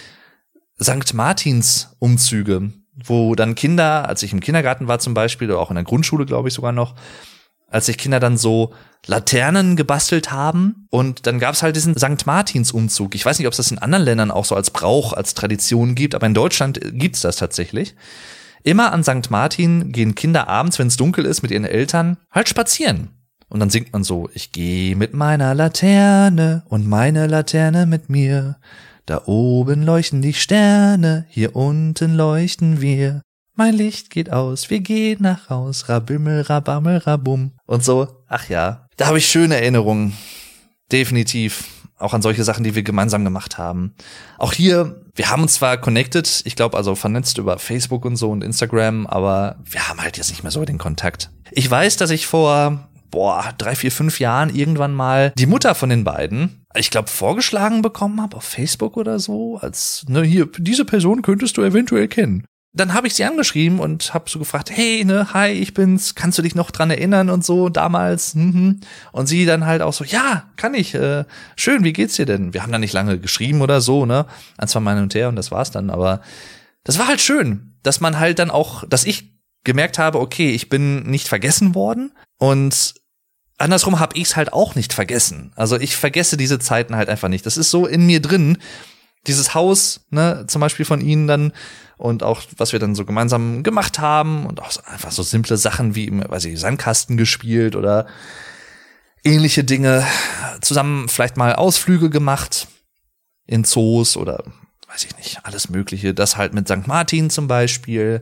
Sankt Martins Umzüge, wo dann Kinder, als ich im Kindergarten war zum Beispiel, oder auch in der Grundschule, glaube ich sogar noch, als sich Kinder dann so Laternen gebastelt haben und dann gab es halt diesen Sankt Martins Umzug. Ich weiß nicht, ob es das in anderen Ländern auch so als Brauch, als Tradition gibt, aber in Deutschland gibt's das tatsächlich. Immer an Sankt Martin gehen Kinder abends, wenn es dunkel ist, mit ihren Eltern halt spazieren. Und dann singt man so, ich gehe mit meiner Laterne und meine Laterne mit mir. Da oben leuchten die Sterne, hier unten leuchten wir. Mein Licht geht aus, wir gehen nach Haus, rabimmel, rabammel, rabum. Und so, ach ja, da habe ich schöne Erinnerungen. Definitiv. Auch an solche Sachen, die wir gemeinsam gemacht haben. Auch hier, wir haben uns zwar connected, ich glaube also vernetzt über Facebook und so und Instagram, aber wir haben halt jetzt nicht mehr so den Kontakt. Ich weiß, dass ich vor boah, drei, vier, fünf Jahren irgendwann mal die Mutter von den beiden, ich glaube, vorgeschlagen bekommen habe auf Facebook oder so, als, ne, hier, diese Person könntest du eventuell kennen. Dann habe ich sie angeschrieben und habe so gefragt, hey, ne, hi, ich bin's, kannst du dich noch dran erinnern und so, damals, mhm. Und sie dann halt auch so, ja, kann ich, äh, schön, wie geht's dir denn? Wir haben da nicht lange geschrieben oder so, ne, ein, zwei Mal hin und her und das war's dann, aber das war halt schön, dass man halt dann auch, dass ich gemerkt habe, okay, ich bin nicht vergessen worden und andersrum habe ich's halt auch nicht vergessen. Also ich vergesse diese Zeiten halt einfach nicht. Das ist so in mir drin. Dieses Haus, ne, zum Beispiel von ihnen dann und auch, was wir dann so gemeinsam gemacht haben und auch so, einfach so simple Sachen wie, weiß ich, Sandkasten gespielt oder ähnliche Dinge. Zusammen vielleicht mal Ausflüge gemacht in Zoos oder, weiß ich nicht, alles Mögliche. Das halt mit Sankt Martin zum Beispiel.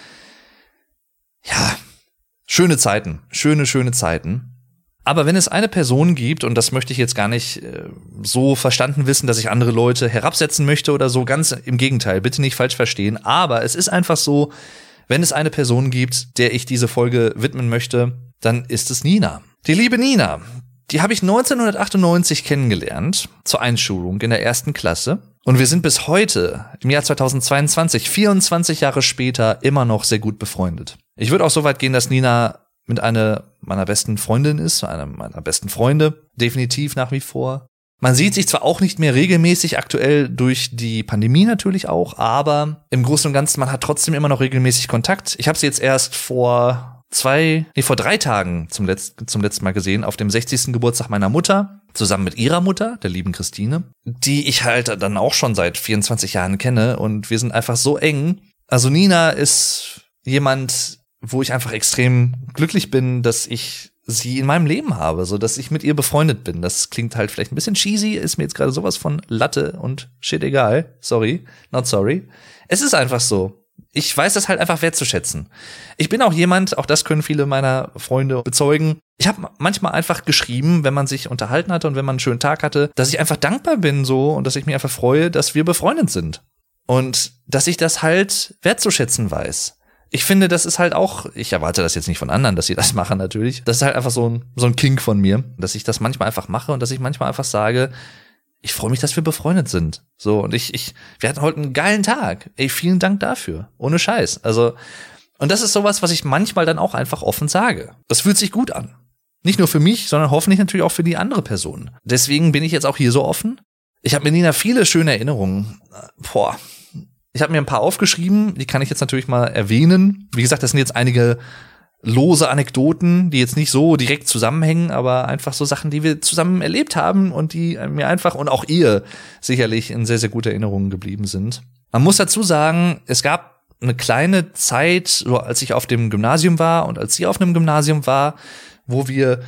Ja, schöne Zeiten, schöne, schöne Zeiten. Aber wenn es eine Person gibt, und das möchte ich jetzt gar nicht äh, so verstanden wissen, dass ich andere Leute herabsetzen möchte oder so, ganz im Gegenteil, bitte nicht falsch verstehen, aber es ist einfach so, wenn es eine Person gibt, der ich diese Folge widmen möchte, dann ist es Nina. Die liebe Nina, die habe ich neunzehnhundertachtundneunzig kennengelernt, zur Einschulung in der ersten Klasse. Und wir sind bis heute, im Jahr zweitausendzweiundzwanzig, vierundzwanzig Jahre später, immer noch sehr gut befreundet. Ich würde auch so weit gehen, dass Nina mit einer meiner besten Freundin ist, einer meiner besten Freunde, definitiv nach wie vor. Man sieht sich zwar auch nicht mehr regelmäßig, aktuell durch die Pandemie natürlich auch, aber im Großen und Ganzen, man hat trotzdem immer noch regelmäßig Kontakt. Ich habe sie jetzt erst vor zwei, nee, vor drei Tagen zum letzten, zum letzten Mal gesehen, auf dem sechzigsten Geburtstag meiner Mutter, zusammen mit ihrer Mutter, der lieben Christine, die ich halt dann auch schon seit vierundzwanzig Jahren kenne und wir sind einfach so eng. Also Nina ist jemand, wo ich einfach extrem glücklich bin, dass ich sie in meinem Leben habe, so dass ich mit ihr befreundet bin. Das klingt halt vielleicht ein bisschen cheesy, ist mir jetzt gerade sowas von Latte und shit egal. Sorry, not sorry. Es ist einfach so. Ich weiß das halt einfach wertzuschätzen. Ich bin auch jemand, auch das können viele meiner Freunde bezeugen. Ich habe manchmal einfach geschrieben, wenn man sich unterhalten hatte und wenn man einen schönen Tag hatte, dass ich einfach dankbar bin so und dass ich mich einfach freue, dass wir befreundet sind. Und dass ich das halt wertzuschätzen weiß. Ich finde, das ist halt auch, ich erwarte das jetzt nicht von anderen, dass sie das machen natürlich. Das ist halt einfach so ein, so ein Kink von mir, dass ich das manchmal einfach mache und dass ich manchmal einfach sage, ich freue mich, dass wir befreundet sind. So, und ich, ich, wir hatten heute einen geilen Tag. Ey, vielen Dank dafür. Ohne Scheiß. Also, und das ist sowas, was ich manchmal dann auch einfach offen sage. Das fühlt sich gut an. Nicht nur für mich, sondern hoffentlich natürlich auch für die andere Person. Deswegen bin ich jetzt auch hier so offen. Ich habe mit Nina viele schöne Erinnerungen. Boah. Ich habe mir ein paar aufgeschrieben, die kann ich jetzt natürlich mal erwähnen. Wie gesagt, das sind jetzt einige lose Anekdoten, die jetzt nicht so direkt zusammenhängen, aber einfach so Sachen, die wir zusammen erlebt haben und die mir einfach und auch ihr sicherlich in sehr, sehr guter Erinnerung geblieben sind. Man muss dazu sagen, es gab eine kleine Zeit, so als ich auf dem Gymnasium war und als sie auf einem Gymnasium war, wo wir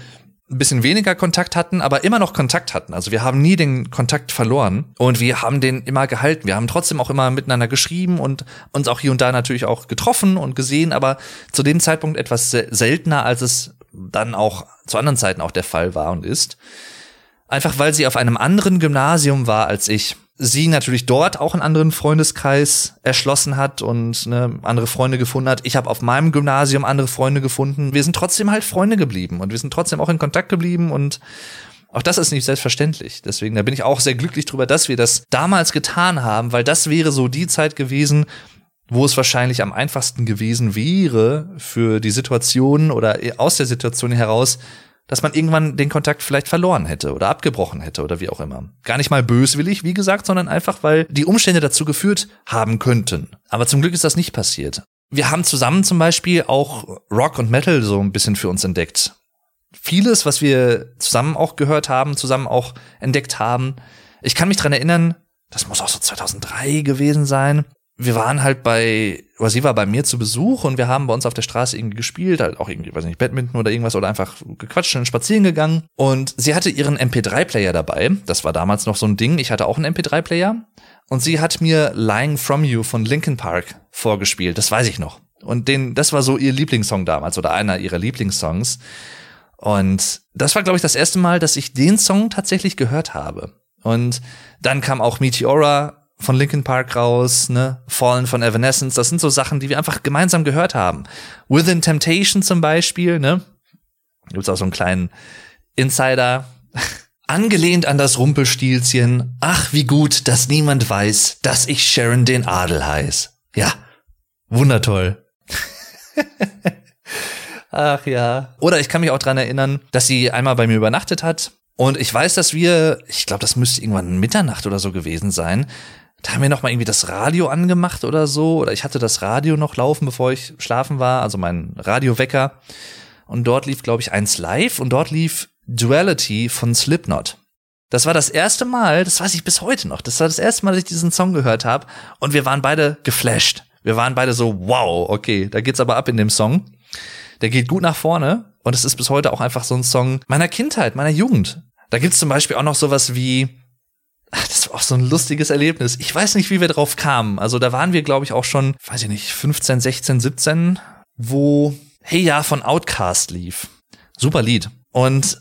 ein bisschen weniger Kontakt hatten, aber immer noch Kontakt hatten. Also wir haben nie den Kontakt verloren und wir haben den immer gehalten. Wir haben trotzdem auch immer miteinander geschrieben und uns auch hier und da natürlich auch getroffen und gesehen, aber zu dem Zeitpunkt etwas seltener, als es dann auch zu anderen Zeiten auch der Fall war und ist. Einfach weil sie auf einem anderen Gymnasium war als ich. Sie natürlich dort auch einen anderen Freundeskreis erschlossen hat und ne, andere Freunde gefunden hat. Ich habe auf meinem Gymnasium andere Freunde gefunden. Wir sind trotzdem halt Freunde geblieben und wir sind trotzdem auch in Kontakt geblieben und auch das ist nicht selbstverständlich. Deswegen, da bin ich auch sehr glücklich drüber, dass wir das damals getan haben, weil das wäre so die Zeit gewesen, wo es wahrscheinlich am einfachsten gewesen wäre für die Situation oder aus der Situation heraus, dass man irgendwann den Kontakt vielleicht verloren hätte oder abgebrochen hätte oder wie auch immer. Gar nicht mal böswillig, wie gesagt, sondern einfach, weil die Umstände dazu geführt haben könnten. Aber zum Glück ist das nicht passiert. Wir haben zusammen zum Beispiel auch Rock und Metal so ein bisschen für uns entdeckt. Vieles, was wir zusammen auch gehört haben, zusammen auch entdeckt haben. Ich kann mich dran erinnern, das muss auch so zweitausenddrei gewesen sein. Wir waren halt bei, oder sie war bei mir zu Besuch und wir haben bei uns auf der Straße irgendwie gespielt, halt auch irgendwie, weiß nicht, Badminton oder irgendwas oder einfach gequatscht und spazieren gegangen. Und sie hatte ihren M P drei Player dabei. Das war damals noch so ein Ding. Ich hatte auch einen M P drei Player. Und sie hat mir Lying From You von Linkin Park vorgespielt. Das weiß ich noch. Und den, das war so ihr Lieblingssong damals oder einer ihrer Lieblingssongs. Und das war, glaube ich, das erste Mal, dass ich den Song tatsächlich gehört habe. Und dann kam auch Meteora von Linkin Park raus, ne, Fallen von Evanescence, das sind so Sachen, die wir einfach gemeinsam gehört haben. Within Temptation zum Beispiel, ne, gibt's auch so einen kleinen Insider. Angelehnt an das Rumpelstilzchen, ach wie gut, dass niemand weiß, dass ich Sharon den Adel heiß. Ja, wundertoll. Ach ja. Oder ich kann mich auch dran erinnern, dass sie einmal bei mir übernachtet hat. Und ich weiß, dass wir, ich glaube, das müsste irgendwann Mitternacht oder so gewesen sein, da haben wir noch mal irgendwie das Radio angemacht oder so. Oder ich hatte das Radio noch laufen, bevor ich schlafen war, also mein Radiowecker. Und dort lief, glaube ich, eins live und dort lief Duality von Slipknot. Das war das erste Mal, das weiß ich bis heute noch, das war das erste Mal, dass ich diesen Song gehört habe. Und wir waren beide geflasht. Wir waren beide so, wow, okay, da geht's aber ab in dem Song. Der geht gut nach vorne. Und es ist bis heute auch einfach so ein Song meiner Kindheit, meiner Jugend. Da gibt's zum Beispiel auch noch sowas wie, ach, das war auch so ein lustiges Erlebnis. Ich weiß nicht, wie wir drauf kamen. Also da waren wir, glaube ich, auch schon, weiß ich nicht, fünfzehn, sechzehn, siebzehn, wo Hey Ja von Outkast lief. Super Lied. Und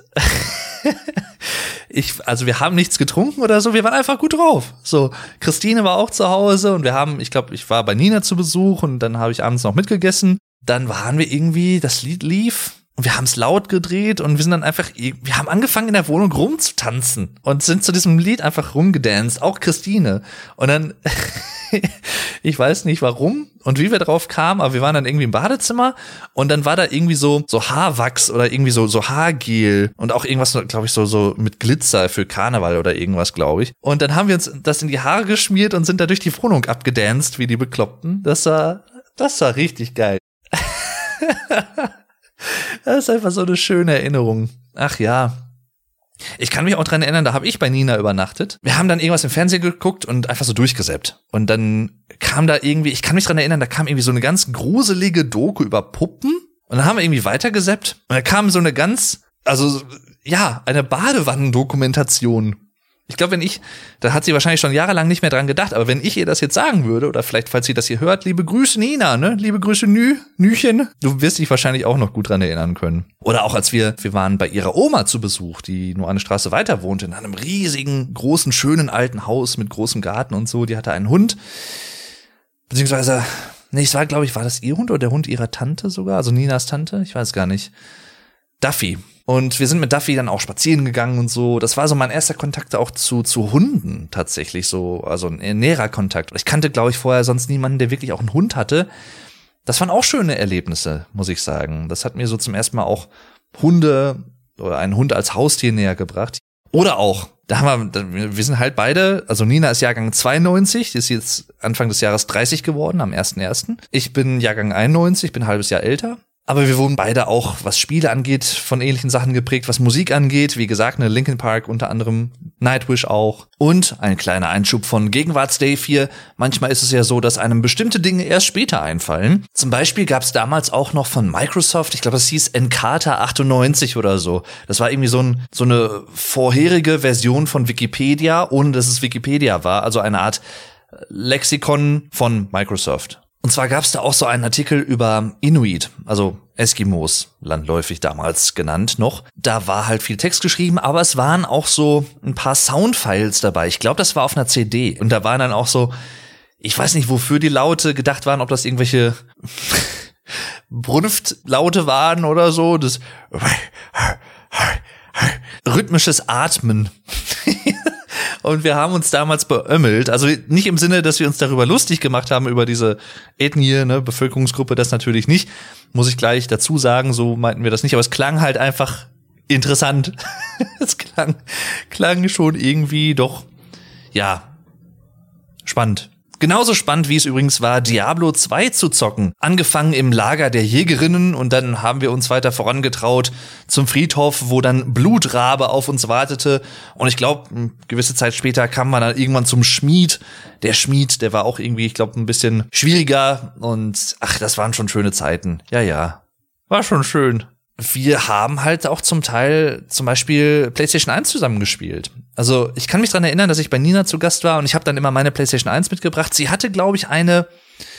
ich, also wir haben nichts getrunken oder so, wir waren einfach gut drauf. So, Christine war auch zu Hause und wir haben, ich glaube, ich war bei Nina zu Besuch und dann habe ich abends noch mitgegessen. Dann waren wir irgendwie, das Lied lief. Und wir haben es laut gedreht und wir sind dann einfach, wir haben angefangen in der Wohnung rumzutanzen und sind zu diesem Lied einfach rumgedanced, auch Christine. Und dann, ich weiß nicht warum und wie wir drauf kamen, aber wir waren dann irgendwie im Badezimmer und dann war da irgendwie so, so Haarwachs oder irgendwie so, so Haargel und auch irgendwas, glaube ich, so, so mit Glitzer für Karneval oder irgendwas, glaube ich. Und dann haben wir uns das in die Haare geschmiert und sind da durch die Wohnung abgedanced, wie die Bekloppten. Das war, das war richtig geil. Das ist einfach so eine schöne Erinnerung. Ach ja. Ich kann mich auch dran erinnern, da habe ich bei Nina übernachtet. Wir haben dann irgendwas im Fernsehen geguckt und einfach so durchgesäppt. Und dann kam da irgendwie, ich kann mich dran erinnern, da kam irgendwie so eine ganz gruselige Doku über Puppen. Und dann haben wir irgendwie weitergesappt. Und da kam so eine ganz, also ja, eine Badewannendokumentation. Ich glaube, wenn ich, da hat sie wahrscheinlich schon jahrelang nicht mehr dran gedacht, aber wenn ich ihr das jetzt sagen würde, oder vielleicht, falls sie das hier hört, liebe Grüße Nina, ne, liebe Grüße Nü, Nüchen, du wirst dich wahrscheinlich auch noch gut dran erinnern können. Oder auch als wir, wir waren bei ihrer Oma zu Besuch, die nur eine Straße weiter wohnte, in einem riesigen, großen, schönen alten Haus mit großem Garten und so, die hatte einen Hund, beziehungsweise, nee, es war, glaube ich, war das ihr Hund oder der Hund ihrer Tante sogar, also Ninas Tante, ich weiß gar nicht, Duffy. Und wir sind mit Duffy dann auch spazieren gegangen und so. Das war so mein erster Kontakt auch zu zu Hunden tatsächlich so, also ein näherer Kontakt. Ich kannte, glaube ich, vorher sonst niemanden, der wirklich auch einen Hund hatte. Das waren auch schöne Erlebnisse, muss ich sagen. Das hat mir so zum ersten Mal auch Hunde oder einen Hund als Haustier näher gebracht. Oder auch, da haben wir, wir sind halt beide, also Nina ist Jahrgang zweiundneunzig, die ist jetzt Anfang des Jahres dreißig geworden, am ersten ersten Ich bin Jahrgang einundneunzig, bin ein halbes Jahr älter. Aber wir wurden beide auch, was Spiele angeht, von ähnlichen Sachen geprägt, was Musik angeht. Wie gesagt, ne, Linkin Park unter anderem, Nightwish auch. Und ein kleiner Einschub von Gegenwarts-Dave hier. Manchmal ist es ja so, dass einem bestimmte Dinge erst später einfallen. Zum Beispiel gab es damals auch noch von Microsoft, ich glaube, es hieß Encarta achtundneunzig oder so. Das war irgendwie so, ein, so eine vorherige Version von Wikipedia, ohne dass es Wikipedia war. Also eine Art Lexikon von Microsoft. Und zwar gab es da auch so einen Artikel über Inuit, also Eskimos, landläufig damals genannt noch. Da war halt viel Text geschrieben, aber es waren auch so ein paar Soundfiles dabei. Ich glaube, das war auf einer C D. Und da waren dann auch so, ich weiß nicht, wofür die Laute gedacht waren, ob das irgendwelche Brunftlaute waren oder so. Das rhythmisches Atmen. Und wir haben uns damals beömmelt, also nicht im Sinne, dass wir uns darüber lustig gemacht haben, über diese Ethnie, ne, Bevölkerungsgruppe, das natürlich nicht, muss ich gleich dazu sagen, so meinten wir das nicht, aber es klang halt einfach interessant. Es klang, klang schon irgendwie doch, ja, spannend. Genauso spannend, wie es übrigens war, Diablo zwei zu zocken. Angefangen im Lager der Jägerinnen und dann haben wir uns weiter vorangetraut zum Friedhof, wo dann Blutrabe auf uns wartete. Und ich glaube, eine gewisse Zeit später kam man dann irgendwann zum Schmied. Der Schmied, der war auch irgendwie, ich glaube, ein bisschen schwieriger. Und ach, das waren schon schöne Zeiten. Ja, ja, war schon schön. Wir haben halt auch zum Teil zum Beispiel PlayStation eins zusammengespielt. Also ich kann mich dran erinnern, dass ich bei Nina zu Gast war und ich habe dann immer meine PlayStation eins mitgebracht. Sie hatte, glaube ich, eine,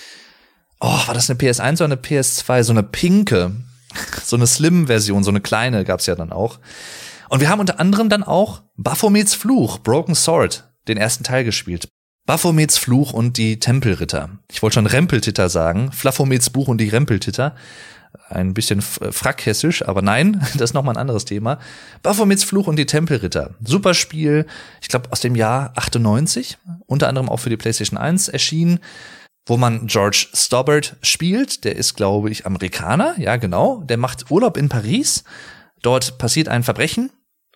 oh, war das eine P S eins oder eine P S zwei? So eine pinke, so eine Slim-Version, so eine kleine gab's ja dann auch. Und wir haben unter anderem dann auch Baphomets Fluch, Broken Sword, den ersten Teil gespielt. Baphomets Fluch und die Tempelritter. Ich wollte schon Rempeltitter sagen. Flaphomets Buch und die Rempeltitter. Ein bisschen frackhessisch, aber nein, das ist nochmal ein anderes Thema. Baphomets Fluch und die Tempelritter. Super Spiel, ich glaube aus dem Jahr achtundneunzig, unter anderem auch für die PlayStation eins erschienen, wo man George Stobbart spielt. Der ist, glaube ich, Amerikaner, ja genau. Der macht Urlaub in Paris. Dort passiert ein Verbrechen.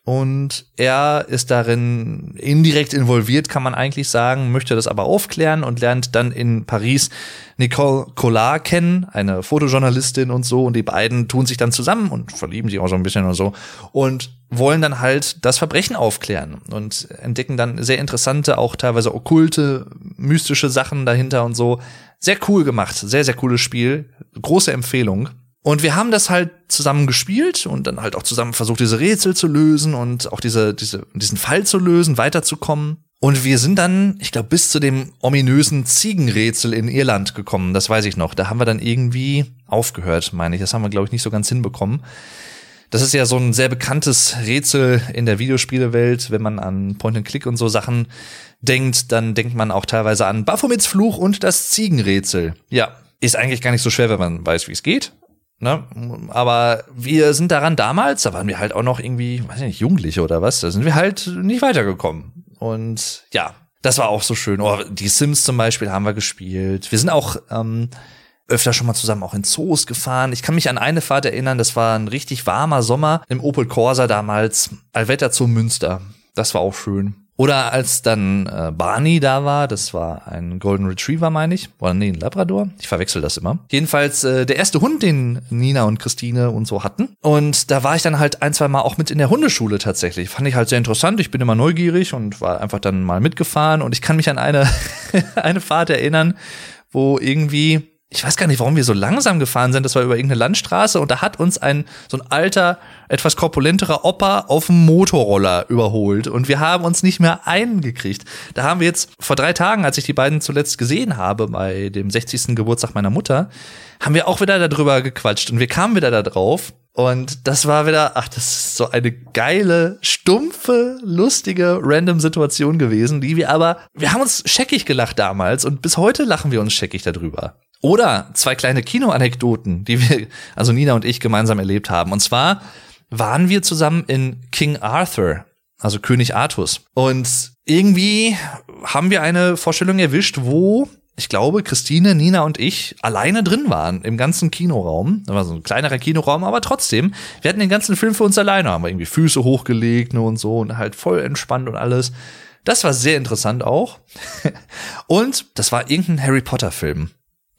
Und er ist darin indirekt involviert, kann man eigentlich sagen, möchte das aber aufklären und lernt dann in Paris Nicole Collard kennen, eine Fotojournalistin und so. Und die beiden tun sich dann zusammen und verlieben sich auch so ein bisschen und so und wollen dann halt das Verbrechen aufklären und entdecken dann sehr interessante, auch teilweise okkulte, mystische Sachen dahinter und so. Sehr cool gemacht, sehr, sehr cooles Spiel, große Empfehlung. Und wir haben das halt zusammen gespielt und dann halt auch zusammen versucht, diese Rätsel zu lösen und auch diese, diese, diesen Fall zu lösen, weiterzukommen. Und wir sind dann, ich glaube, bis zu dem ominösen Ziegenrätsel in Irland gekommen. Das weiß ich noch. Da haben wir dann irgendwie aufgehört, meine ich. Das haben wir, glaube ich, nicht so ganz hinbekommen. Das ist ja so ein sehr bekanntes Rätsel in der Videospielewelt. Wenn man an Point-and-Click und so Sachen denkt, dann denkt man auch teilweise an Baphomets Fluch und das Ziegenrätsel. Ja, ist eigentlich gar nicht so schwer, wenn man weiß, wie es geht. Ne? Aber wir sind daran damals, da waren wir halt auch noch irgendwie, weiß ich nicht, Jugendliche oder was, da sind wir halt nicht weitergekommen. Und ja, das war auch so schön. Oh, die Sims zum Beispiel haben wir gespielt. Wir sind auch ähm, öfter schon mal zusammen auch in Zoos gefahren. Ich kann mich an eine Fahrt erinnern, das war ein richtig warmer Sommer im Opel Corsa damals, Allwetter Zoo Münster. Das war auch schön. Oder als dann äh, Barney da war, das war ein Golden Retriever, meine ich. Oder nee, ein Labrador. Ich verwechsel das immer. Jedenfalls äh, der erste Hund, den Nina und Christine und so hatten. Und da war ich dann halt ein, zwei Mal auch mit in der Hundeschule tatsächlich. Fand ich halt sehr interessant. Ich bin immer neugierig und war einfach dann mal mitgefahren. Und ich kann mich an eine, eine Fahrt erinnern, wo irgendwie, ich weiß gar nicht, warum wir so langsam gefahren sind. Das war über irgendeine Landstraße und da hat uns ein so ein alter, etwas korpulenterer Opa auf dem Motorroller überholt und wir haben uns nicht mehr eingekriegt. Da haben wir jetzt vor drei Tagen, als ich die beiden zuletzt gesehen habe, bei dem sechzigsten Geburtstag meiner Mutter, haben wir auch wieder darüber gequatscht und wir kamen wieder da drauf. Und das war wieder, ach, das ist so eine geile, stumpfe, lustige, random Situation gewesen, die wir aber, wir haben uns scheckig gelacht damals und bis heute lachen wir uns scheckig darüber. Oder zwei kleine Kinoanekdoten, die wir, also Nina und ich gemeinsam erlebt haben. Und zwar waren wir zusammen in King Arthur, also König Artus. Und irgendwie haben wir eine Vorstellung erwischt, wo, ich glaube, Christine, Nina und ich alleine drin waren im ganzen Kinoraum. Das war so ein kleinerer Kinoraum, aber trotzdem, wir hatten den ganzen Film für uns alleine, haben wir irgendwie Füße hochgelegt und so und halt voll entspannt und alles. Das war sehr interessant auch. Und das war irgendein Harry Potter Film.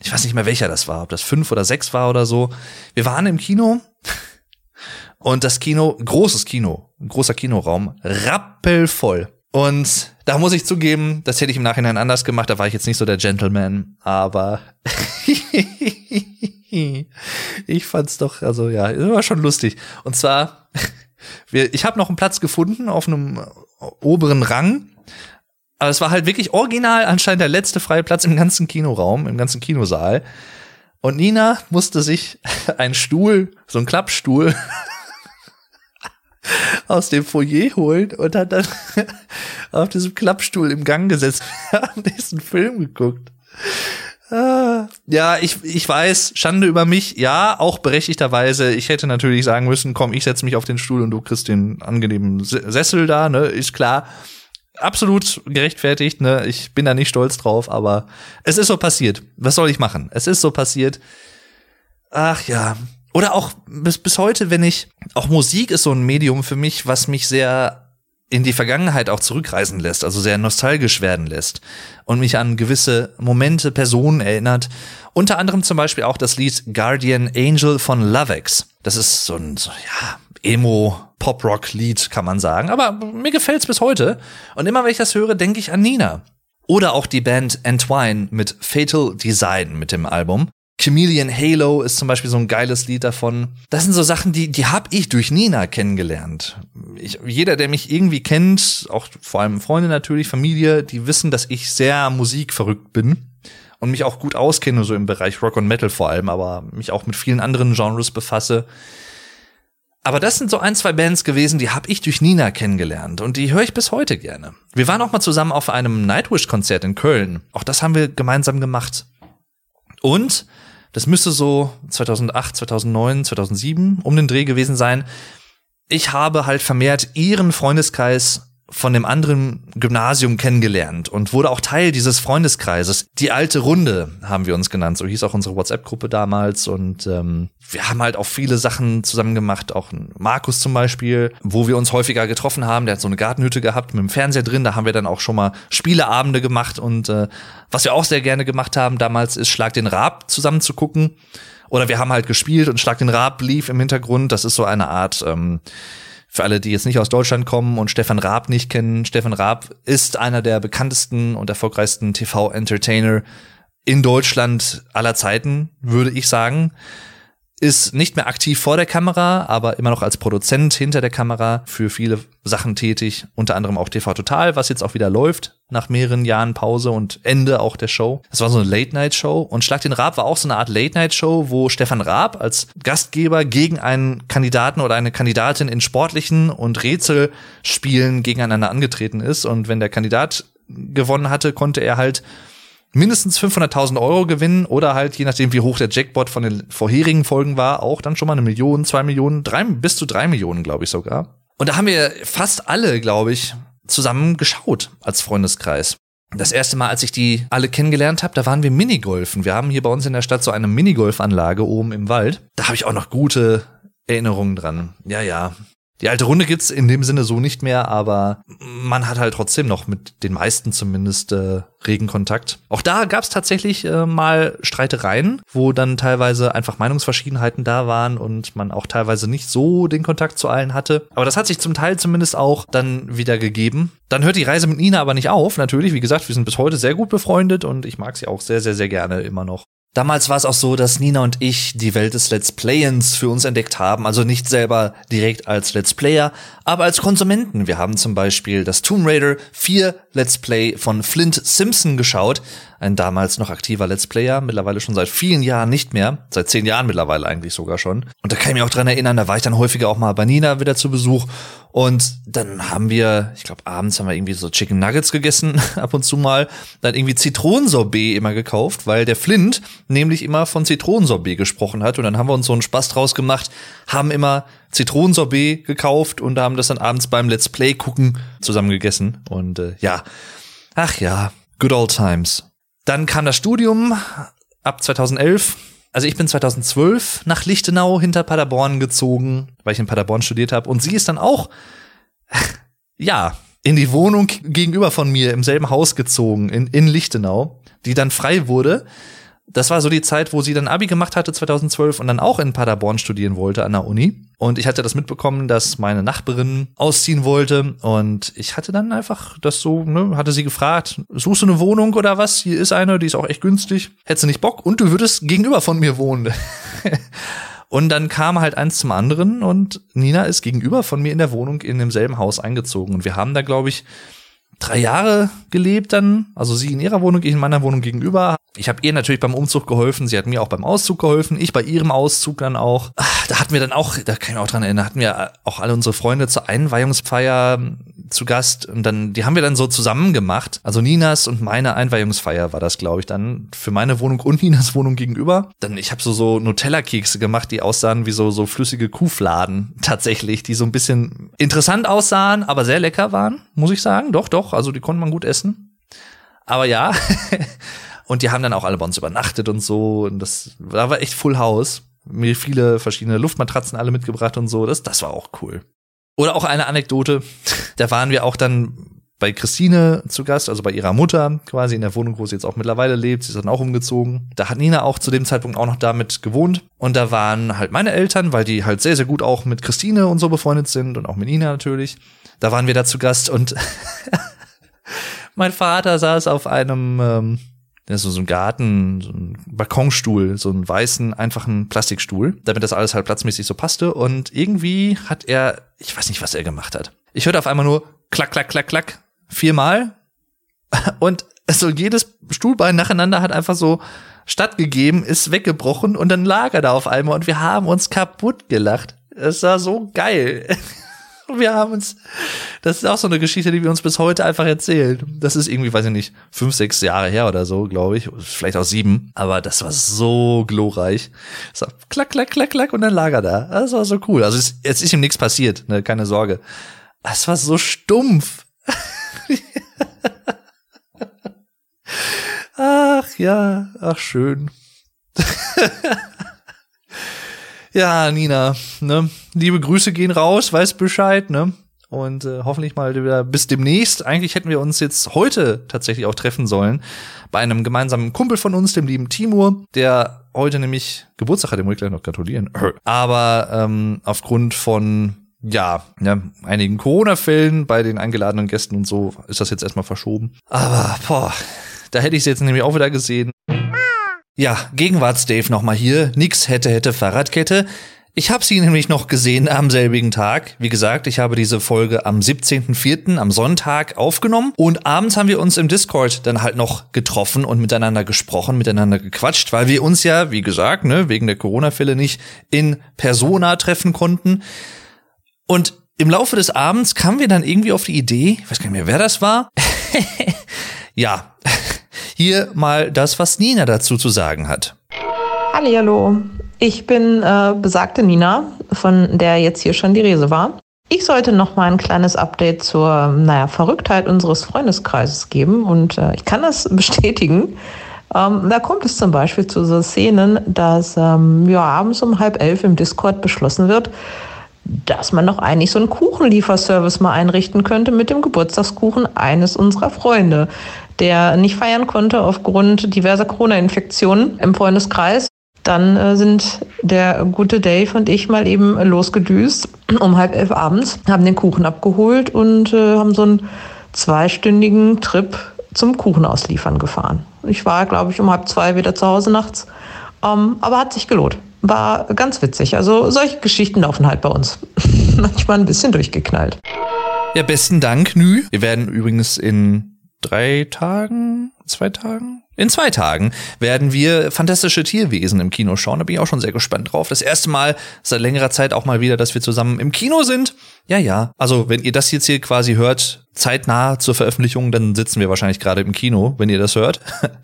Ich weiß nicht mehr, welcher das war, ob das fünf oder sechs war oder so. Wir waren im Kino und das Kino, großes Kino, ein großer Kinoraum, rappelvoll. Und da muss ich zugeben, das hätte ich im Nachhinein anders gemacht, da war ich jetzt nicht so der Gentleman, aber ich fand's doch, also ja, war schon lustig. Und zwar, wir, ich habe noch einen Platz gefunden auf einem oberen Rang, aber es war halt wirklich original anscheinend der letzte freie Platz im ganzen Kinoraum, im ganzen Kinosaal. Und Nina musste sich einen Stuhl, so einen Klappstuhl, aus dem Foyer holen und hat dann auf diesem Klappstuhl im Gang gesetzt. Wir haben diesen Film geguckt. Ah, ja, ich ich weiß, Schande über mich, ja, auch berechtigterweise. Ich hätte natürlich sagen müssen, komm, ich setze mich auf den Stuhl und du kriegst den angenehmen Sessel da, ne, ist klar. Absolut gerechtfertigt, ne, ich bin da nicht stolz drauf, aber es ist so passiert. Was soll ich machen? Es ist so passiert. Ach ja. Oder auch bis, bis heute, wenn ich, auch Musik ist so ein Medium für mich, was mich sehr in die Vergangenheit auch zurückreisen lässt, also sehr nostalgisch werden lässt und mich an gewisse Momente, Personen erinnert. Unter anderem zum Beispiel auch das Lied Guardian Angel von Lovex. Das ist so ein, so, ja, Emo-Pop-Rock-Lied, kann man sagen. Aber mir gefällt's bis heute. Und immer wenn ich das höre, denke ich an Nina. Oder auch die Band Entwine mit Fatal Design mit dem Album. Chameleon Halo ist zum Beispiel so ein geiles Lied davon. Das sind so Sachen, die die habe ich durch Nina kennengelernt. Ich, jeder, der mich irgendwie kennt, auch vor allem Freunde natürlich, Familie, die wissen, dass ich sehr musikverrückt bin und mich auch gut auskenne, so im Bereich Rock und Metal vor allem, aber mich auch mit vielen anderen Genres befasse. Aber das sind so ein, zwei Bands gewesen, die habe ich durch Nina kennengelernt und die höre ich bis heute gerne. Wir waren auch mal zusammen auf einem Nightwish-Konzert in Köln. Auch das haben wir gemeinsam gemacht. Und das müsste so zweitausendacht, zweitausendneun, zweitausendsieben um den Dreh gewesen sein. Ich habe halt vermehrt ihren Freundeskreis von dem anderen Gymnasium kennengelernt und wurde auch Teil dieses Freundeskreises. Die alte Runde haben wir uns genannt, so hieß auch unsere WhatsApp-Gruppe damals. Und ähm, wir haben halt auch viele Sachen zusammen gemacht, auch Markus zum Beispiel, wo wir uns häufiger getroffen haben. Der hat so eine Gartenhütte gehabt mit dem Fernseher drin, da haben wir dann auch schon mal Spieleabende gemacht. Und äh, was wir auch sehr gerne gemacht haben damals, ist Schlag den Raab zusammen zu gucken. Oder wir haben halt gespielt und Schlag den Raab lief im Hintergrund. Das ist so eine Art... Ähm, Für alle, die jetzt nicht aus Deutschland kommen und Stefan Raab nicht kennen, Stefan Raab ist einer der bekanntesten und erfolgreichsten T V-Entertainer in Deutschland aller Zeiten, würde ich sagen. Ist nicht mehr aktiv vor der Kamera, aber immer noch als Produzent hinter der Kamera für viele Sachen tätig, unter anderem auch T V Total, was jetzt auch wieder läuft, nach mehreren Jahren Pause und Ende auch der Show. Das war so eine Late-Night-Show und Schlag den Raab war auch so eine Art Late-Night-Show, wo Stefan Raab als Gastgeber gegen einen Kandidaten oder eine Kandidatin in sportlichen und Rätselspielen gegeneinander angetreten ist und wenn der Kandidat gewonnen hatte, konnte er halt mindestens fünfhunderttausend Euro gewinnen oder halt, je nachdem wie hoch der Jackpot von den vorherigen Folgen war, auch dann schon mal eine Million, zwei Millionen, drei, bis zu drei Millionen, glaube ich sogar. Und da haben wir fast alle, glaube ich, zusammen geschaut als Freundeskreis. Das erste Mal, als ich die alle kennengelernt habe, da waren wir Minigolfen. Wir haben hier bei uns in der Stadt so eine Minigolfanlage oben im Wald. Da habe ich auch noch gute Erinnerungen dran. Ja, ja. Die alte Runde gibt's in dem Sinne so nicht mehr, aber man hat halt trotzdem noch mit den meisten zumindest äh, regen Kontakt. Auch da gab's tatsächlich äh, mal Streitereien, wo dann teilweise einfach Meinungsverschiedenheiten da waren und man auch teilweise nicht so den Kontakt zu allen hatte. Aber das hat sich zum Teil zumindest auch dann wieder gegeben. Dann hört die Reise mit Nina aber nicht auf, natürlich. Wie gesagt, wir sind bis heute sehr gut befreundet und ich mag sie auch sehr, sehr, sehr gerne immer noch. Damals war es auch so, dass Nina und ich die Welt des Let's Playens für uns entdeckt haben. Also nicht selber direkt als Let's Player, aber als Konsumenten. Wir haben zum Beispiel das Tomb Raider vier Let's Play von Flint Simpson geschaut. Ein damals noch aktiver Let's Player, mittlerweile schon seit vielen Jahren nicht mehr. Seit zehn Jahren mittlerweile eigentlich sogar schon. Und da kann ich mich auch dran erinnern, da war ich dann häufiger auch mal bei Nina wieder zu Besuch. Und dann haben wir, ich glaube abends haben wir irgendwie so Chicken Nuggets gegessen, ab und zu mal. Dann irgendwie Zitronensorbet immer gekauft, weil der Flint nämlich immer von Zitronensorbet gesprochen hat. Und dann haben wir uns so einen Spaß draus gemacht, haben immer Zitronensorbet gekauft und haben das dann abends beim Let's Play gucken zusammen gegessen. Und äh, ja, ach ja, good old times. Dann kam das Studium ab zweitausendelf. Also ich bin zweitausendzwölf nach Lichtenau hinter Paderborn gezogen, weil ich in Paderborn studiert habe. Und sie ist dann auch, ja, in die Wohnung gegenüber von mir im selben Haus gezogen, in, in Lichtenau, die dann frei wurde. Das war so die Zeit, wo sie dann Abi gemacht hatte, zweitausendzwölf, und dann auch in Paderborn studieren wollte an der Uni. Und ich hatte das mitbekommen, dass meine Nachbarin ausziehen wollte. Und ich hatte dann einfach das so, ne, hatte sie gefragt, suchst du eine Wohnung oder was? Hier ist eine, die ist auch echt günstig. Hättest du nicht Bock? Und du würdest gegenüber von mir wohnen. Und dann kam halt eins zum anderen und Nina ist gegenüber von mir in der Wohnung in demselben Haus eingezogen. Und wir haben da, glaube ich, drei Jahre gelebt dann, also sie in ihrer Wohnung, ich in meiner Wohnung gegenüber. Ich habe ihr natürlich beim Umzug geholfen, sie hat mir auch beim Auszug geholfen, ich bei ihrem Auszug dann auch. Ach, da hatten wir dann auch, da kann ich mich auch dran erinnern, hatten wir auch alle unsere Freunde zur Einweihungsfeier zu Gast und dann, die haben wir dann so zusammen gemacht. Also Ninas und meine Einweihungsfeier war das, glaube ich, dann für meine Wohnung und Ninas Wohnung gegenüber. Dann, ich habe so so Nutella-Kekse gemacht, die aussahen wie so so flüssige Kuhfladen tatsächlich, die so ein bisschen interessant aussahen, aber sehr lecker waren, muss ich sagen. Doch, doch, also die konnte man gut essen. Aber ja, und die haben dann auch alle bei uns übernachtet und so und das, da war echt Full House. Mir viele verschiedene Luftmatratzen alle mitgebracht und so, das, das war auch cool. Oder auch eine Anekdote, da waren wir auch dann bei Christine zu Gast, also bei ihrer Mutter quasi in der Wohnung, wo sie jetzt auch mittlerweile lebt. Sie ist dann auch umgezogen. Da hat Nina auch zu dem Zeitpunkt auch noch damit gewohnt. Und da waren halt meine Eltern, weil die halt sehr, sehr gut auch mit Christine und so befreundet sind und auch mit Nina natürlich. Da waren wir da zu Gast und mein Vater saß auf einem, ähm, das ist so ein Garten, so ein Balkonstuhl, so einen weißen, einfachen Plastikstuhl, damit das alles halt platzmäßig so passte. Und irgendwie hat er, ich weiß nicht, was er gemacht hat. Ich hörte auf einmal nur klack, klack, klack, klack, viermal. Und so jedes Stuhlbein nacheinander hat einfach so stattgegeben, ist weggebrochen und dann lag er da auf einmal und wir haben uns kaputt gelacht. Es war so geil. Wir haben uns, das ist auch so eine Geschichte, die wir uns bis heute einfach erzählen. Das ist irgendwie, weiß ich nicht, fünf, sechs Jahre her oder so, glaube ich. Vielleicht auch sieben. Aber das war so glorreich. So, klack, klack, klack, klack und dann lag er da. Das war so cool. Also es, jetzt ist ihm nichts passiert, ne, keine Sorge. Es war so stumpf. Ach ja, ach schön. Ja, Nina, ne, liebe Grüße gehen raus, weiß Bescheid, ne, und äh, hoffentlich mal wieder bis demnächst. Eigentlich hätten wir uns jetzt heute tatsächlich auch treffen sollen bei einem gemeinsamen Kumpel von uns, dem lieben Timur, der heute nämlich Geburtstag hat, dem muss ich gleich noch gratulieren. Aber ähm, aufgrund von ja, ja, einigen Corona-Fällen bei den eingeladenen Gästen und so ist das jetzt erstmal verschoben. Aber boah, da hätte ich es jetzt nämlich auch wieder gesehen. Ja, Gegenwarts-Dave nochmal hier. Nix hätte, hätte Fahrradkette. Ich habe sie nämlich noch gesehen am selbigen Tag. Wie gesagt, ich habe diese Folge am siebzehnten vierten am Sonntag aufgenommen. Und abends haben wir uns im Discord dann halt noch getroffen und miteinander gesprochen, miteinander gequatscht, weil wir uns ja, wie gesagt, ne, wegen der Corona-Fälle nicht in Persona treffen konnten. Und im Laufe des Abends kamen wir dann irgendwie auf die Idee, ich weiß gar nicht mehr, wer das war. Ja, hier mal das, was Nina dazu zu sagen hat. Hallihallo, ich bin äh, besagte Nina, von der jetzt hier schon die Rede war. Ich sollte noch mal ein kleines Update zur, naja, Verrücktheit unseres Freundeskreises geben und äh, ich kann das bestätigen. Ähm, da kommt es zum Beispiel zu so Szenen, dass ähm, ja, abends um halb elf im Discord beschlossen wird, dass man doch eigentlich so einen Kuchenlieferservice mal einrichten könnte mit dem Geburtstagskuchen eines unserer Freunde, der nicht feiern konnte aufgrund diverser Corona-Infektionen im Freundeskreis. Dann äh, sind der gute Dave und ich mal eben losgedüst um halb elf abends, haben den Kuchen abgeholt und äh, haben so einen zweistündigen Trip zum Kuchen ausliefern gefahren. Ich war, glaube ich, um halb zwei wieder zu Hause nachts, ähm, aber hat sich gelohnt. War ganz witzig. Also solche Geschichten laufen halt bei uns. Manchmal ein bisschen durchgeknallt. Ja, besten Dank, Nü. Wir werden übrigens in drei Tagen, zwei Tagen? In zwei Tagen werden wir Fantastische Tierwesen im Kino schauen. Da bin ich auch schon sehr gespannt drauf. Das erste Mal seit längerer Zeit auch mal wieder, dass wir zusammen im Kino sind. Ja, ja. Also wenn ihr das jetzt hier quasi hört, zeitnah zur Veröffentlichung, dann sitzen wir wahrscheinlich gerade im Kino, wenn ihr das hört.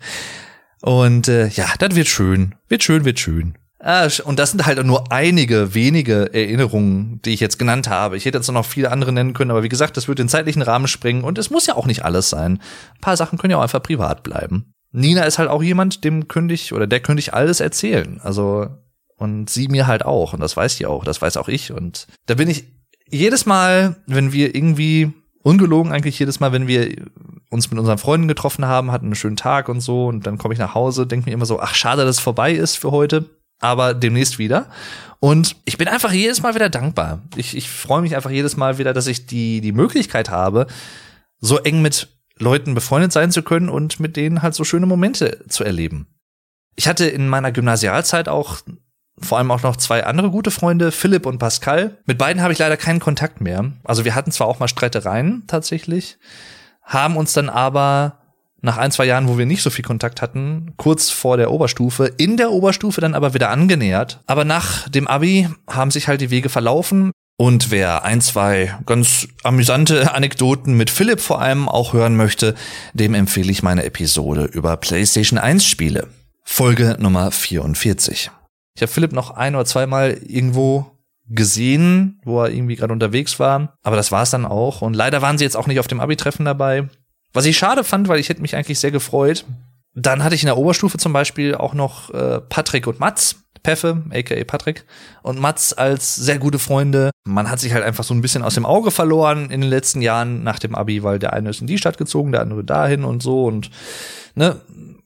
Und äh, ja, das wird schön. Wird schön, wird schön. Und das sind halt nur einige wenige Erinnerungen, die ich jetzt genannt habe. Ich hätte jetzt noch viele andere nennen können, aber wie gesagt, das wird den zeitlichen Rahmen sprengen und es muss ja auch nicht alles sein. Ein paar Sachen können ja auch einfach privat bleiben. Nina ist halt auch jemand, dem könnte ich, oder der könnte ich alles erzählen. Also, und sie mir halt auch. Und das weiß sie auch, das weiß auch ich. Und da bin ich jedes Mal, wenn wir irgendwie, ungelogen eigentlich jedes Mal, wenn wir uns mit unseren Freunden getroffen haben, hatten einen schönen Tag und so. Und dann komme ich nach Hause, denke mir immer so, ach, schade, dass es vorbei ist für heute. Aber demnächst wieder. Und ich bin einfach jedes Mal wieder dankbar. Ich, ich freue mich einfach jedes Mal wieder, dass ich die, die Möglichkeit habe, so eng mit Leuten befreundet sein zu können und mit denen halt so schöne Momente zu erleben. Ich hatte in meiner Gymnasialzeit auch vor allem auch noch zwei andere gute Freunde, Philipp und Pascal. Mit beiden habe ich leider keinen Kontakt mehr. Also wir hatten zwar auch mal Streitereien tatsächlich, haben uns dann aber nach ein, zwei Jahren, wo wir nicht so viel Kontakt hatten, kurz vor der Oberstufe, in der Oberstufe dann aber wieder angenähert. Aber nach dem Abi haben sich halt die Wege verlaufen. Und wer ein, zwei ganz amüsante Anekdoten mit Philipp vor allem auch hören möchte, dem empfehle ich meine Episode über PlayStation eins Spiele. Folge Nummer vierundvierzig. Ich habe Philipp noch ein oder zweimal irgendwo gesehen, wo er irgendwie gerade unterwegs war. Aber das war's dann auch. Und leider waren sie jetzt auch nicht auf dem Abi-Treffen dabei. Was ich schade fand, weil ich hätte mich eigentlich sehr gefreut. Dann hatte ich in der Oberstufe zum Beispiel auch noch äh, Patrick und Mats, Peffe, aka Patrick, und Mats als sehr gute Freunde. Man hat sich halt einfach so ein bisschen aus dem Auge verloren in den letzten Jahren nach dem Abi, weil der eine ist in die Stadt gezogen, der andere dahin und so. Und ne,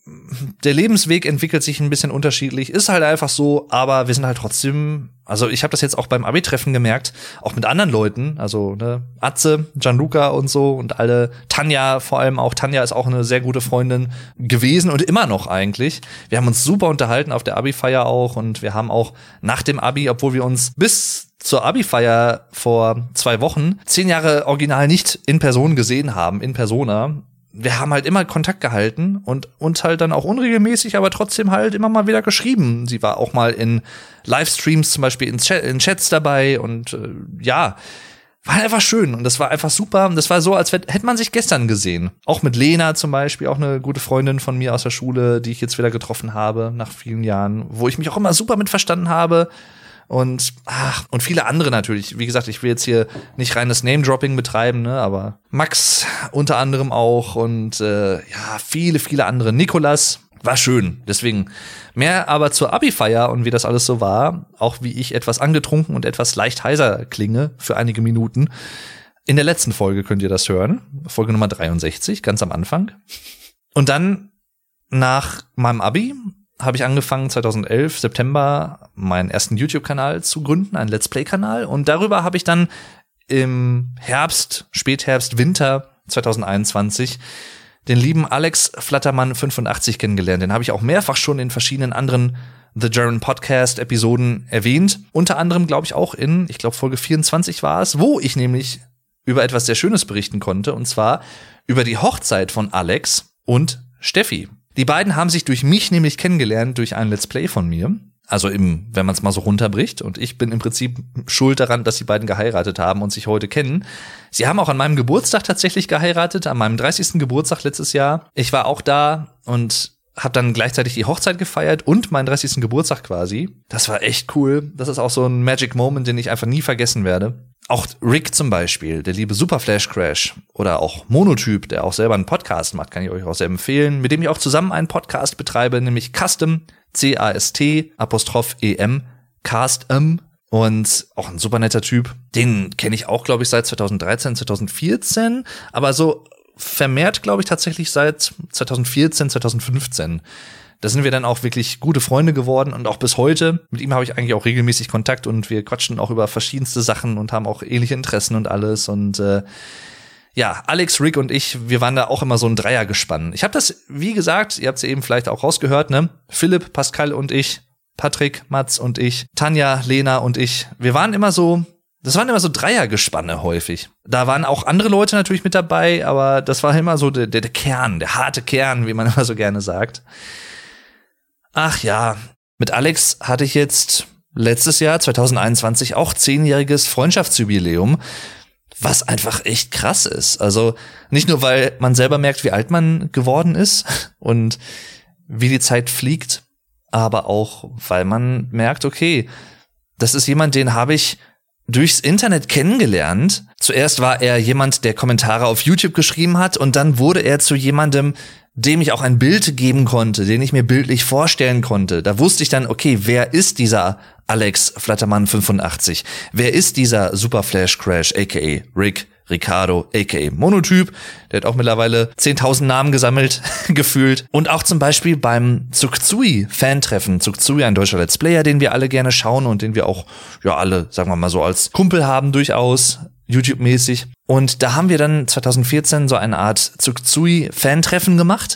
der Lebensweg entwickelt sich ein bisschen unterschiedlich, ist halt einfach so, aber wir sind halt trotzdem, also ich habe das jetzt auch beim Abi-Treffen gemerkt, auch mit anderen Leuten, also ne, Atze, Gianluca und so und alle, Tanja vor allem auch, Tanja ist auch eine sehr gute Freundin gewesen und immer noch eigentlich. Wir haben uns super unterhalten auf der Abi-Feier auch und wir haben auch nach dem Abi, obwohl wir uns bis zur Abi-Feier vor zwei Wochen zehn Jahre original nicht in Person gesehen haben, in Persona, wir haben halt immer Kontakt gehalten und uns halt dann auch unregelmäßig, aber trotzdem halt immer mal wieder geschrieben. Sie war auch mal in Livestreams, zum Beispiel in, Ch- in Chats dabei und äh, ja, war einfach schön und das war einfach super. Und das war so, als hätte man sich gestern gesehen. Auch mit Lena zum Beispiel, auch eine gute Freundin von mir aus der Schule, die ich jetzt wieder getroffen habe nach vielen Jahren, wo ich mich auch immer super mit verstanden habe. Und ach, und viele andere natürlich. Wie gesagt, ich will jetzt hier nicht reines Name-Dropping betreiben, ne, aber Max unter anderem auch und äh, ja, viele, viele andere. Nikolas, war schön. Deswegen mehr aber zur Abi-Feier und wie das alles so war, auch wie ich etwas angetrunken und etwas leicht heiser klinge für einige Minuten. In der letzten Folge könnt ihr das hören. Folge Nummer dreiundsechzig, ganz am Anfang. Und dann nach meinem Abi habe ich angefangen, zweitausendelf, September, meinen ersten YouTube-Kanal zu gründen, einen Let's Play-Kanal. Und darüber habe ich dann im Herbst, Spätherbst, Winter zweitausendeinundzwanzig den lieben Alex Flattermann fünfundachtzig kennengelernt. Den habe ich auch mehrfach schon in verschiedenen anderen The German Podcast-Episoden erwähnt. Unter anderem, glaube ich, auch in, ich glaube, Folge vierundzwanzig war es, wo ich nämlich über etwas sehr Schönes berichten konnte. Und zwar über die Hochzeit von Alex und Steffi. Die beiden haben sich durch mich nämlich kennengelernt, durch ein Let's Play von mir. Also im, wenn man es mal so runterbricht. Und ich bin im Prinzip schuld daran, dass die beiden geheiratet haben und sich heute kennen. Sie haben auch an meinem Geburtstag tatsächlich geheiratet, an meinem dreißigsten Geburtstag letztes Jahr. Ich war auch da und habe dann gleichzeitig die Hochzeit gefeiert und meinen dreißigsten Geburtstag quasi. Das war echt cool. Das ist auch so ein Magic Moment, den ich einfach nie vergessen werde. Auch Rick zum Beispiel, der liebe Super Flash Crash oder auch Monotyp, der auch selber einen Podcast macht, kann ich euch auch sehr empfehlen, mit dem ich auch zusammen einen Podcast betreibe, nämlich Custom, C A S T, Apostroph E M, Cast-M. Und auch ein super netter Typ. Den kenne ich auch, glaube ich, seit zweitausenddreizehn, zweitausendvierzehn, aber so vermehrt, glaube ich, tatsächlich seit zweitausendvierzehn, zweitausendfünfzehn. Da sind wir dann auch wirklich gute Freunde geworden und auch bis heute. Mit ihm habe ich eigentlich auch regelmäßig Kontakt und wir quatschen auch über verschiedenste Sachen und haben auch ähnliche Interessen und alles. Und äh, ja, Alex, Rick und ich, wir waren da auch immer so ein Dreiergespann. Ich habe das, wie gesagt, ihr habt es ja eben vielleicht auch rausgehört, ne? Philipp, Pascal und ich, Patrick, Mats und ich, Tanja, Lena und ich. Wir waren immer so, das waren immer so Dreiergespanne häufig. Da waren auch andere Leute natürlich mit dabei, aber das war immer so der, der, der Kern, der harte Kern, wie man immer so gerne sagt. Ach ja, mit Alex hatte ich jetzt letztes Jahr, zweitausendeinundzwanzig, auch zehnjähriges Freundschaftsjubiläum, was einfach echt krass ist. Also nicht nur, weil man selber merkt, wie alt man geworden ist und wie die Zeit fliegt, aber auch, weil man merkt, okay, das ist jemand, den habe ich durchs Internet kennengelernt. Zuerst war er jemand, der Kommentare auf YouTube geschrieben hat und dann wurde er zu jemandem, dem ich auch ein Bild geben konnte, den ich mir bildlich vorstellen konnte. Da wusste ich dann, okay, wer ist dieser Alex Flattermann fünfundachtzig? Wer ist dieser Super Flash Crash, aka Rick, Ricardo, aka Monotyp, der hat auch mittlerweile zehntausend Namen gesammelt, gefühlt. Und auch zum Beispiel beim Zugzui-Fan-Treffen. Zugzui, ein deutscher Let's Player, den wir alle gerne schauen und den wir auch, ja, alle, sagen wir mal so, als Kumpel haben durchaus, YouTube-mäßig. Und da haben wir dann zwanzig vierzehn so eine Art Zugzui-Fan-Treffen gemacht.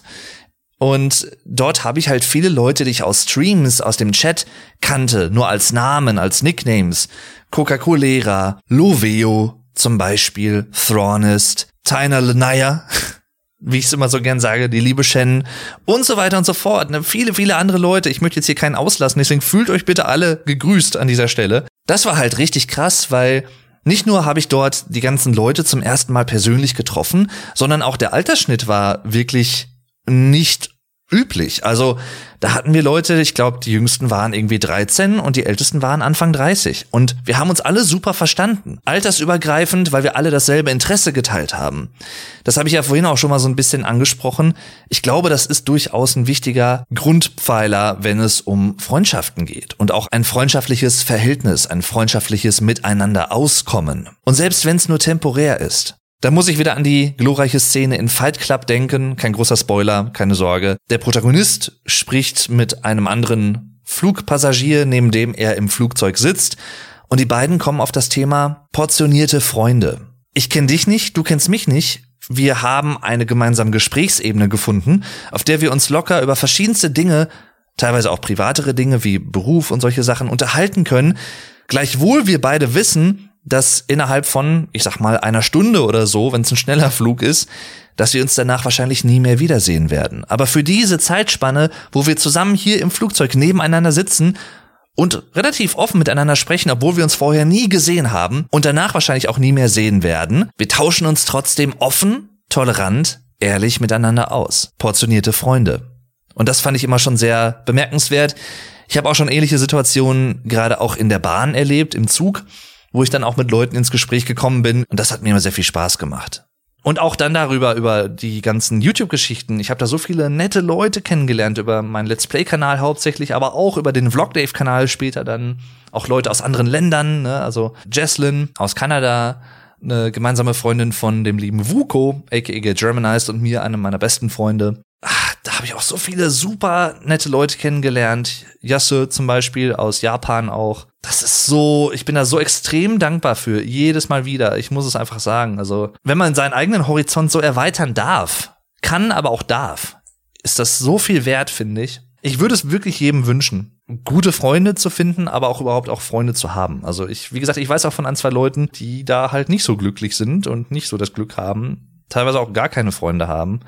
Und dort habe ich halt viele Leute, die ich aus Streams, aus dem Chat kannte, nur als Namen, als Nicknames. Coca-Colera, Loveo zum Beispiel, Thrawnest, Tyner Lanaya, wie ich es immer so gern sage, die liebe Shen und so weiter und so fort. Ne? Viele, viele andere Leute. Ich möchte jetzt hier keinen auslassen, deswegen fühlt euch bitte alle gegrüßt an dieser Stelle. Das war halt richtig krass, weil nicht nur habe ich dort die ganzen Leute zum ersten Mal persönlich getroffen, sondern auch der Altersschnitt war wirklich nicht üblich. Also da hatten wir Leute, ich glaube, die Jüngsten waren irgendwie dreizehn und die Ältesten waren Anfang dreißig. Und wir haben uns alle super verstanden. Altersübergreifend, weil wir alle dasselbe Interesse geteilt haben. Das habe ich ja vorhin auch schon mal so ein bisschen angesprochen. Ich glaube, das ist durchaus ein wichtiger Grundpfeiler, wenn es um Freundschaften geht. Und auch ein freundschaftliches Verhältnis, ein freundschaftliches Miteinander auskommen. Und selbst wenn es nur temporär ist. Da muss ich wieder an die glorreiche Szene in Fight Club denken. Kein großer Spoiler, keine Sorge. Der Protagonist spricht mit einem anderen Flugpassagier, neben dem er im Flugzeug sitzt. Und die beiden kommen auf das Thema portionierte Freunde. Ich kenne dich nicht, du kennst mich nicht. Wir haben eine gemeinsame Gesprächsebene gefunden, auf der wir uns locker über verschiedenste Dinge, teilweise auch privatere Dinge wie Beruf und solche Sachen, unterhalten können. Gleichwohl wir beide wissen, dass innerhalb von, ich sag mal, einer Stunde oder so, wenn es ein schneller Flug ist, dass wir uns danach wahrscheinlich nie mehr wiedersehen werden. Aber für diese Zeitspanne, wo wir zusammen hier im Flugzeug nebeneinander sitzen und relativ offen miteinander sprechen, obwohl wir uns vorher nie gesehen haben und danach wahrscheinlich auch nie mehr sehen werden, wir tauschen uns trotzdem offen, tolerant, ehrlich miteinander aus. Portionierte Freunde. Und das fand ich immer schon sehr bemerkenswert. Ich habe auch schon ähnliche Situationen gerade auch in der Bahn erlebt, im Zug, wo ich dann auch mit Leuten ins Gespräch gekommen bin. Und das hat mir immer sehr viel Spaß gemacht. Und auch dann darüber, über die ganzen YouTube-Geschichten. Ich habe da so viele nette Leute kennengelernt, über meinen Let's Play-Kanal hauptsächlich, aber auch über den Vlogdave-Kanal später dann. Auch Leute aus anderen Ländern, ne? Also Jesslyn aus Kanada, eine gemeinsame Freundin von dem lieben Vuko, aka Germanized, und mir, einem meiner besten Freunde. Ach, da habe ich auch so viele super nette Leute kennengelernt. Yasu zum Beispiel aus Japan auch. Das ist so, ich bin da so extrem dankbar für, jedes Mal wieder. Ich muss es einfach sagen. Also, wenn man seinen eigenen Horizont so erweitern darf, kann, aber auch darf, ist das so viel wert, finde ich. Ich würde es wirklich jedem wünschen, gute Freunde zu finden, aber auch überhaupt auch Freunde zu haben. Also ich, wie gesagt, ich weiß auch von ein, zwei Leuten, die da halt nicht so glücklich sind und nicht so das Glück haben, teilweise auch gar keine Freunde haben.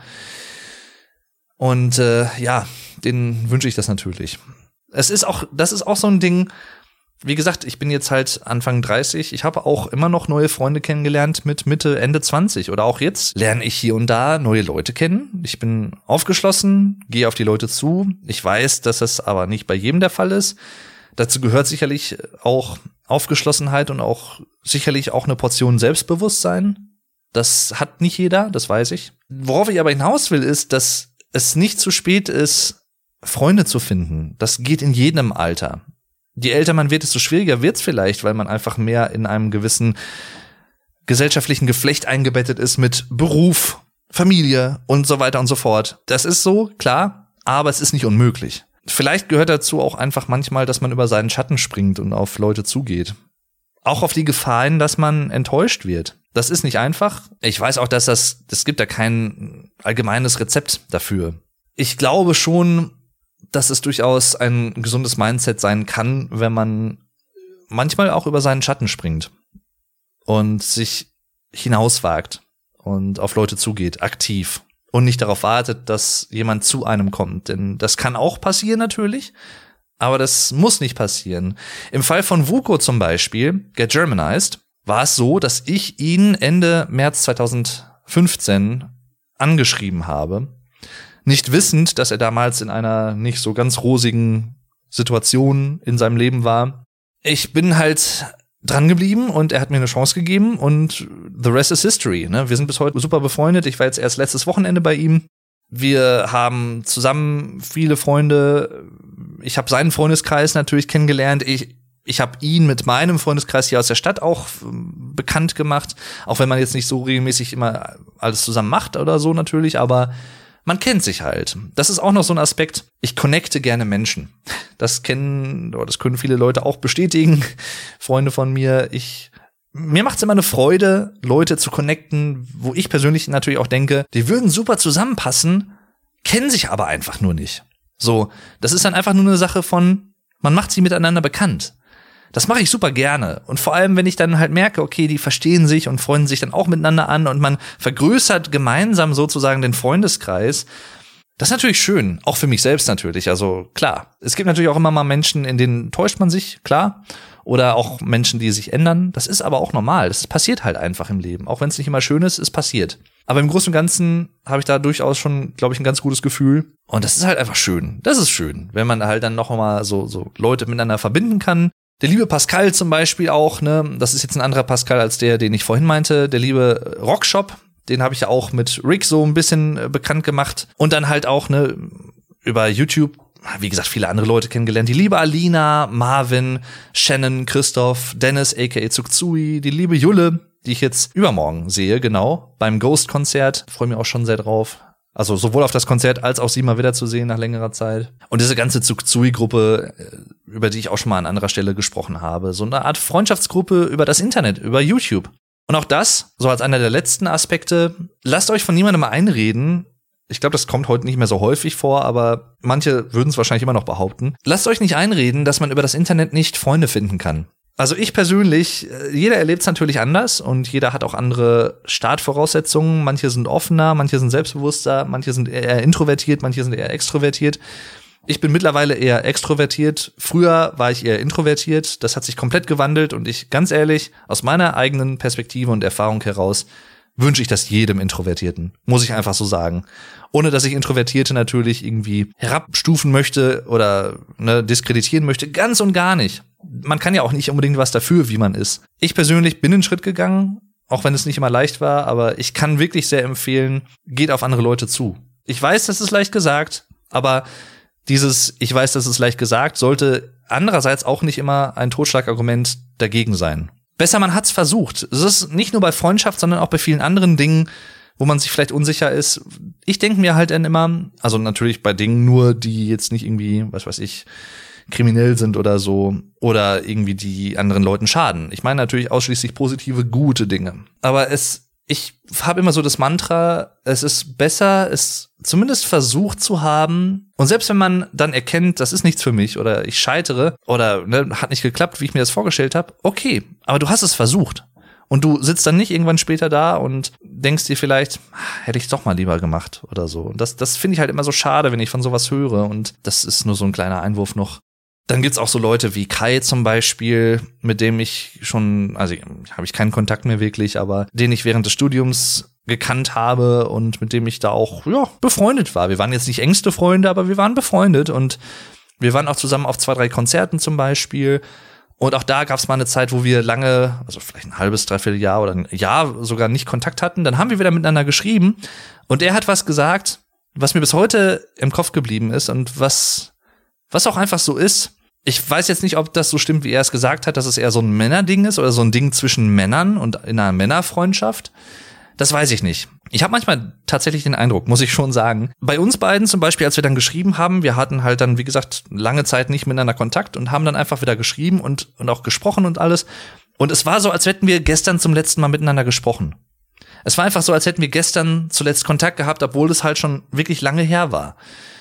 Und äh, ja, denen wünsche ich das natürlich. Es ist auch, das ist auch so ein Ding, wie gesagt, ich bin jetzt halt Anfang dreißig, ich habe auch immer noch neue Freunde kennengelernt mit Mitte, Ende zwanzig oder auch jetzt lerne ich hier und da neue Leute kennen. Ich bin aufgeschlossen, gehe auf die Leute zu. Ich weiß, dass das aber nicht bei jedem der Fall ist. Dazu gehört sicherlich auch Aufgeschlossenheit und auch sicherlich auch eine Portion Selbstbewusstsein. Das hat nicht jeder, das weiß ich. Worauf ich aber hinaus will, ist, dass es nicht zu spät ist, Freunde zu finden. Das geht in jedem Alter. Je älter man wird, desto schwieriger wird's vielleicht, weil man einfach mehr in einem gewissen gesellschaftlichen Geflecht eingebettet ist mit Beruf, Familie und so weiter und so fort. Das ist so, klar, aber es ist nicht unmöglich. Vielleicht gehört dazu auch einfach manchmal, dass man über seinen Schatten springt und auf Leute zugeht. Auch auf die Gefahren, dass man enttäuscht wird. Das ist nicht einfach. Ich weiß auch, dass das, es gibt da kein allgemeines Rezept dafür. Ich glaube schon, dass es durchaus ein gesundes Mindset sein kann, wenn man manchmal auch über seinen Schatten springt und sich hinauswagt und auf Leute zugeht, aktiv und nicht darauf wartet, dass jemand zu einem kommt. Denn das kann auch passieren natürlich, aber das muss nicht passieren. Im Fall von Vuko zum Beispiel, Get Germanized, war es so, dass ich ihn Ende März zweitausendfünfzehn angeschrieben habe, nicht wissend, dass er damals in einer nicht so ganz rosigen Situation in seinem Leben war. Ich bin halt dran geblieben und er hat mir eine Chance gegeben und the rest is history. Ne? Wir sind bis heute super befreundet. Ich war jetzt erst letztes Wochenende bei ihm. Wir haben zusammen viele Freunde. Ich habe seinen Freundeskreis natürlich kennengelernt. Ich Ich habe ihn mit meinem Freundeskreis hier aus der Stadt auch bekannt gemacht. Auch wenn man jetzt nicht so regelmäßig immer alles zusammen macht oder so natürlich, aber man kennt sich halt. Das ist auch noch so ein Aspekt. Ich connecte gerne Menschen. Das kennen, oder das können viele Leute auch bestätigen. Freunde von mir. Ich, mir macht's immer eine Freude, Leute zu connecten, wo ich persönlich natürlich auch denke, die würden super zusammenpassen, kennen sich aber einfach nur nicht. So, das ist dann einfach nur eine Sache von, man macht sie miteinander bekannt. Das mache ich super gerne. Und vor allem, wenn ich dann halt merke, okay, die verstehen sich und freunden sich dann auch miteinander an und man vergrößert gemeinsam sozusagen den Freundeskreis. Das ist natürlich schön, auch für mich selbst natürlich. Also klar, es gibt natürlich auch immer mal Menschen, in denen täuscht man sich, klar. Oder auch Menschen, die sich ändern. Das ist aber auch normal. Das passiert halt einfach im Leben. Auch wenn es nicht immer schön ist, es passiert. Aber im Großen und Ganzen habe ich da durchaus schon, glaube ich, ein ganz gutes Gefühl. Und das ist halt einfach schön. Das ist schön, wenn man halt dann noch mal so, so Leute miteinander verbinden kann. Der liebe Pascal zum Beispiel auch, ne, das ist jetzt ein anderer Pascal als der, den ich vorhin meinte. Der liebe Rockshop, den habe ich ja auch mit Rick so ein bisschen äh, bekannt gemacht. Und dann halt auch, ne, über YouTube, wie gesagt, viele andere Leute kennengelernt. Die liebe Alina, Marvin, Shannon, Christoph, Dennis, aka Zugzui, die liebe Julle, die ich jetzt übermorgen sehe, genau, beim Ghost-Konzert. Freue mich auch schon sehr drauf. Also sowohl auf das Konzert als auch sie mal wieder zu sehen nach längerer Zeit. Und diese ganze Zugzui-Gruppe, über die ich auch schon mal an anderer Stelle gesprochen habe. So eine Art Freundschaftsgruppe über das Internet, über YouTube. Und auch das, so als einer der letzten Aspekte, lasst euch von niemandem mal einreden. Ich glaube, das kommt heute nicht mehr so häufig vor, aber manche würden es wahrscheinlich immer noch behaupten. Lasst euch nicht einreden, dass man über das Internet nicht Freunde finden kann. Also ich persönlich, jeder erlebt es natürlich anders und jeder hat auch andere Startvoraussetzungen. Manche sind offener, manche sind selbstbewusster, manche sind eher introvertiert, manche sind eher extrovertiert. Ich bin mittlerweile eher extrovertiert. Früher war ich eher introvertiert. Das hat sich komplett gewandelt und ich, ganz ehrlich, aus meiner eigenen Perspektive und Erfahrung heraus, wünsche ich das jedem Introvertierten. Muss ich einfach so sagen. Ohne, dass ich Introvertierte natürlich irgendwie herabstufen möchte oder ne, diskreditieren möchte. Ganz und gar nicht. Man kann ja auch nicht unbedingt was dafür, wie man ist. Ich persönlich bin einen Schritt gegangen, auch wenn es nicht immer leicht war, aber ich kann wirklich sehr empfehlen, geht auf andere Leute zu. Ich weiß, das ist leicht gesagt, aber dieses ich weiß, das ist leicht gesagt, sollte andererseits auch nicht immer ein Totschlagargument dagegen sein. Besser, man hat's versucht. Es ist nicht nur bei Freundschaft, sondern auch bei vielen anderen Dingen, wo man sich vielleicht unsicher ist. Ich denke mir halt dann immer, also natürlich bei Dingen nur, die jetzt nicht irgendwie, was weiß ich, kriminell sind oder so oder irgendwie die anderen Leuten schaden. Ich meine natürlich ausschließlich positive, gute Dinge. Aber es, ich habe immer so das Mantra, es ist besser, es zumindest versucht zu haben. Und selbst wenn man dann erkennt, das ist nichts für mich oder ich scheitere oder ne, hat nicht geklappt, wie ich mir das vorgestellt habe, okay, aber du hast es versucht. Und du sitzt dann nicht irgendwann später da und denkst dir vielleicht, hätte ich es doch mal lieber gemacht oder so. Und das, das finde ich halt immer so schade, wenn ich von sowas höre. Und das ist nur so ein kleiner Einwurf noch. Dann gibt's auch so Leute wie Kai zum Beispiel, mit dem ich schon, also habe ich keinen Kontakt mehr wirklich, aber den ich während des Studiums gekannt habe und mit dem ich da auch ja befreundet war. Wir waren jetzt nicht engste Freunde, aber wir waren befreundet und wir waren auch zusammen auf zwei, drei Konzerten zum Beispiel. Und auch da gab's mal eine Zeit, wo wir lange, also vielleicht ein halbes, dreiviertel Jahr oder ein Jahr sogar nicht Kontakt hatten. Dann haben wir wieder miteinander geschrieben und er hat was gesagt, was mir bis heute im Kopf geblieben ist und was, was auch einfach so ist. Ich weiß jetzt nicht, ob das so stimmt, wie er es gesagt hat, dass es eher so ein Männerding ist oder so ein Ding zwischen Männern und in einer Männerfreundschaft. Das weiß ich nicht. Ich habe manchmal tatsächlich den Eindruck, muss ich schon sagen. Bei uns beiden zum Beispiel, als wir dann geschrieben haben, wir hatten halt dann, wie gesagt, lange Zeit nicht miteinander Kontakt und haben dann einfach wieder geschrieben und, und auch gesprochen und alles. Und es war so, als hätten wir gestern zum letzten Mal miteinander gesprochen. Es war einfach so, als hätten wir gestern zuletzt Kontakt gehabt, obwohl es halt schon wirklich lange her war.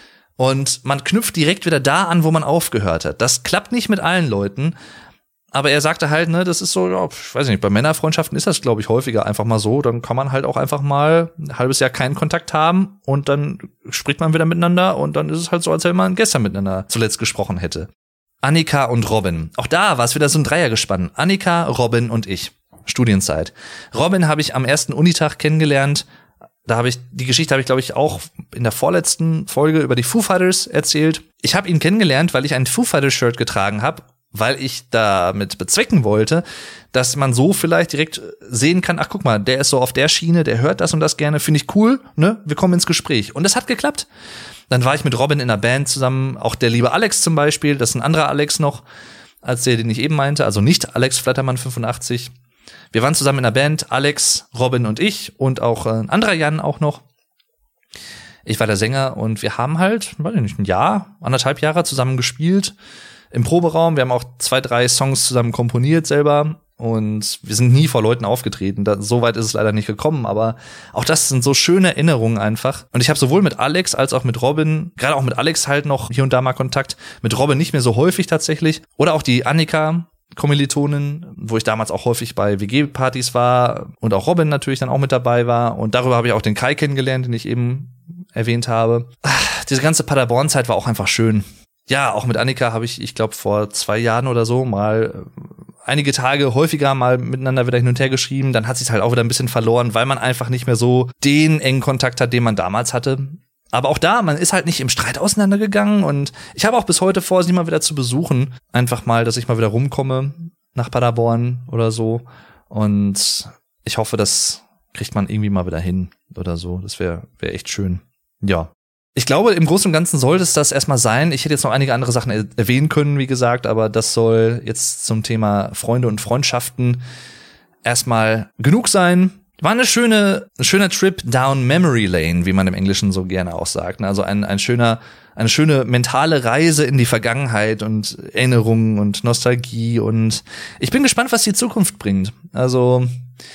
Und man knüpft direkt wieder da an, wo man aufgehört hat. Das klappt nicht mit allen Leuten. Aber er sagte halt, ne, das ist so, ja, ich weiß nicht, bei Männerfreundschaften ist das, glaube ich, häufiger einfach mal so. Dann kann man halt auch einfach mal ein halbes Jahr keinen Kontakt haben und dann spricht man wieder miteinander und dann ist es halt so, als wenn man gestern miteinander zuletzt gesprochen hätte. Annika und Robin. Auch da war es wieder so ein Dreiergespann. Annika, Robin und ich. Studienzeit. Robin habe ich am ersten Unitag kennengelernt. Da habe ich, die Geschichte habe ich, glaube ich, auch in der vorletzten Folge über die Foo Fighters erzählt. Ich habe ihn kennengelernt, weil ich ein Foo Fighters Shirt getragen habe, weil ich damit bezwecken wollte, dass man so vielleicht direkt sehen kann, ach guck mal, der ist so auf der Schiene, der hört das und das gerne, finde ich cool, ne? Wir kommen ins Gespräch. Und das hat geklappt. Dann war ich mit Robin in einer Band zusammen, auch der liebe Alex zum Beispiel, das ist ein anderer Alex noch, als der, den ich eben meinte, also nicht Alex Flattermann fünfundachtzig. Wir waren zusammen in der Band, Alex, Robin und ich und auch ein anderer Jan auch noch. Ich war der Sänger und wir haben halt, weiß ich nicht, ein Jahr, anderthalb Jahre zusammen gespielt im Proberaum. Wir haben auch zwei, drei Songs zusammen komponiert selber und wir sind nie vor Leuten aufgetreten. Da, so weit ist es leider nicht gekommen, aber auch das sind so schöne Erinnerungen einfach. Und ich habe sowohl mit Alex als auch mit Robin, gerade auch mit Alex halt noch hier und da mal Kontakt, mit Robin nicht mehr so häufig tatsächlich. Oder auch die Annika, Kommilitonin, wo ich damals auch häufig bei W G-Partys war und auch Robin natürlich dann auch mit dabei war. Und darüber habe ich auch den Kai kennengelernt, den ich eben erwähnt habe. Ach, diese ganze Paderborn-Zeit war auch einfach schön. Ja, auch mit Annika habe ich, ich glaube, vor zwei Jahren oder so mal einige Tage häufiger mal miteinander wieder hin und her geschrieben. Dann hat sich halt auch wieder ein bisschen verloren, weil man einfach nicht mehr so den engen Kontakt hat, den man damals hatte. Aber auch da, man ist halt nicht im Streit auseinandergegangen und ich habe auch bis heute vor, sie mal wieder zu besuchen. Einfach mal, dass ich mal wieder rumkomme nach Paderborn oder so. Und ich hoffe, das kriegt man irgendwie mal wieder hin oder so. Das wäre wäre echt schön. Ja. Ich glaube, im Großen und Ganzen sollte es das erstmal sein. Ich hätte jetzt noch einige andere Sachen er- erwähnen können, wie gesagt, aber das soll jetzt zum Thema Freunde und Freundschaften erstmal genug sein. War eine schöne, ein schöner Trip down Memory Lane, wie man im Englischen so gerne auch sagt. Also ein, ein schöner, eine schöne mentale Reise in die Vergangenheit und Erinnerungen und Nostalgie und ich bin gespannt, was die Zukunft bringt. Also,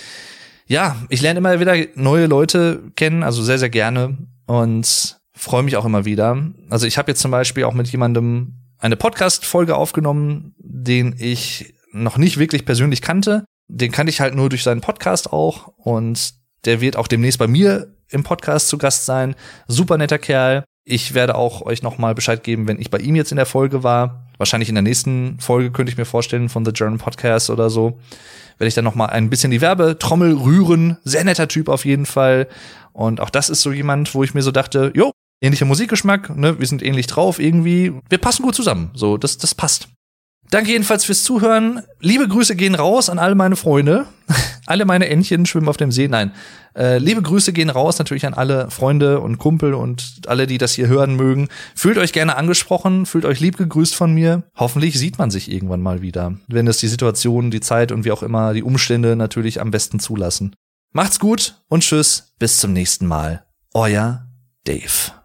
ja, ich lerne immer wieder neue Leute kennen, also sehr, sehr gerne und freue mich auch immer wieder. Also ich habe jetzt zum Beispiel auch mit jemandem eine Podcast-Folge aufgenommen, den ich noch nicht wirklich persönlich kannte. Den kannte ich halt nur durch seinen Podcast auch und der wird auch demnächst bei mir im Podcast zu Gast sein. Super netter Kerl. Ich werde auch euch noch mal Bescheid geben, wenn ich bei ihm jetzt in der Folge war. Wahrscheinlich in der nächsten Folge könnte ich mir vorstellen von The German Podcast oder so. Werde ich dann noch mal ein bisschen die Werbetrommel rühren. Sehr netter Typ auf jeden Fall. Und auch das ist so jemand, wo ich mir so dachte, jo, ähnlicher Musikgeschmack, ne, wir sind ähnlich drauf irgendwie. Wir passen gut zusammen. So, das, das passt. Danke jedenfalls fürs Zuhören. Liebe Grüße gehen raus an alle meine Freunde. Alle meine Entchen schwimmen auf dem See. Nein, äh, liebe Grüße gehen raus natürlich an alle Freunde und Kumpel und alle, die das hier hören mögen. Fühlt euch gerne angesprochen, fühlt euch lieb gegrüßt von mir. Hoffentlich sieht man sich irgendwann mal wieder, wenn es die Situation, die Zeit und wie auch immer die Umstände natürlich am besten zulassen. Macht's gut und tschüss, bis zum nächsten Mal. Euer Dave.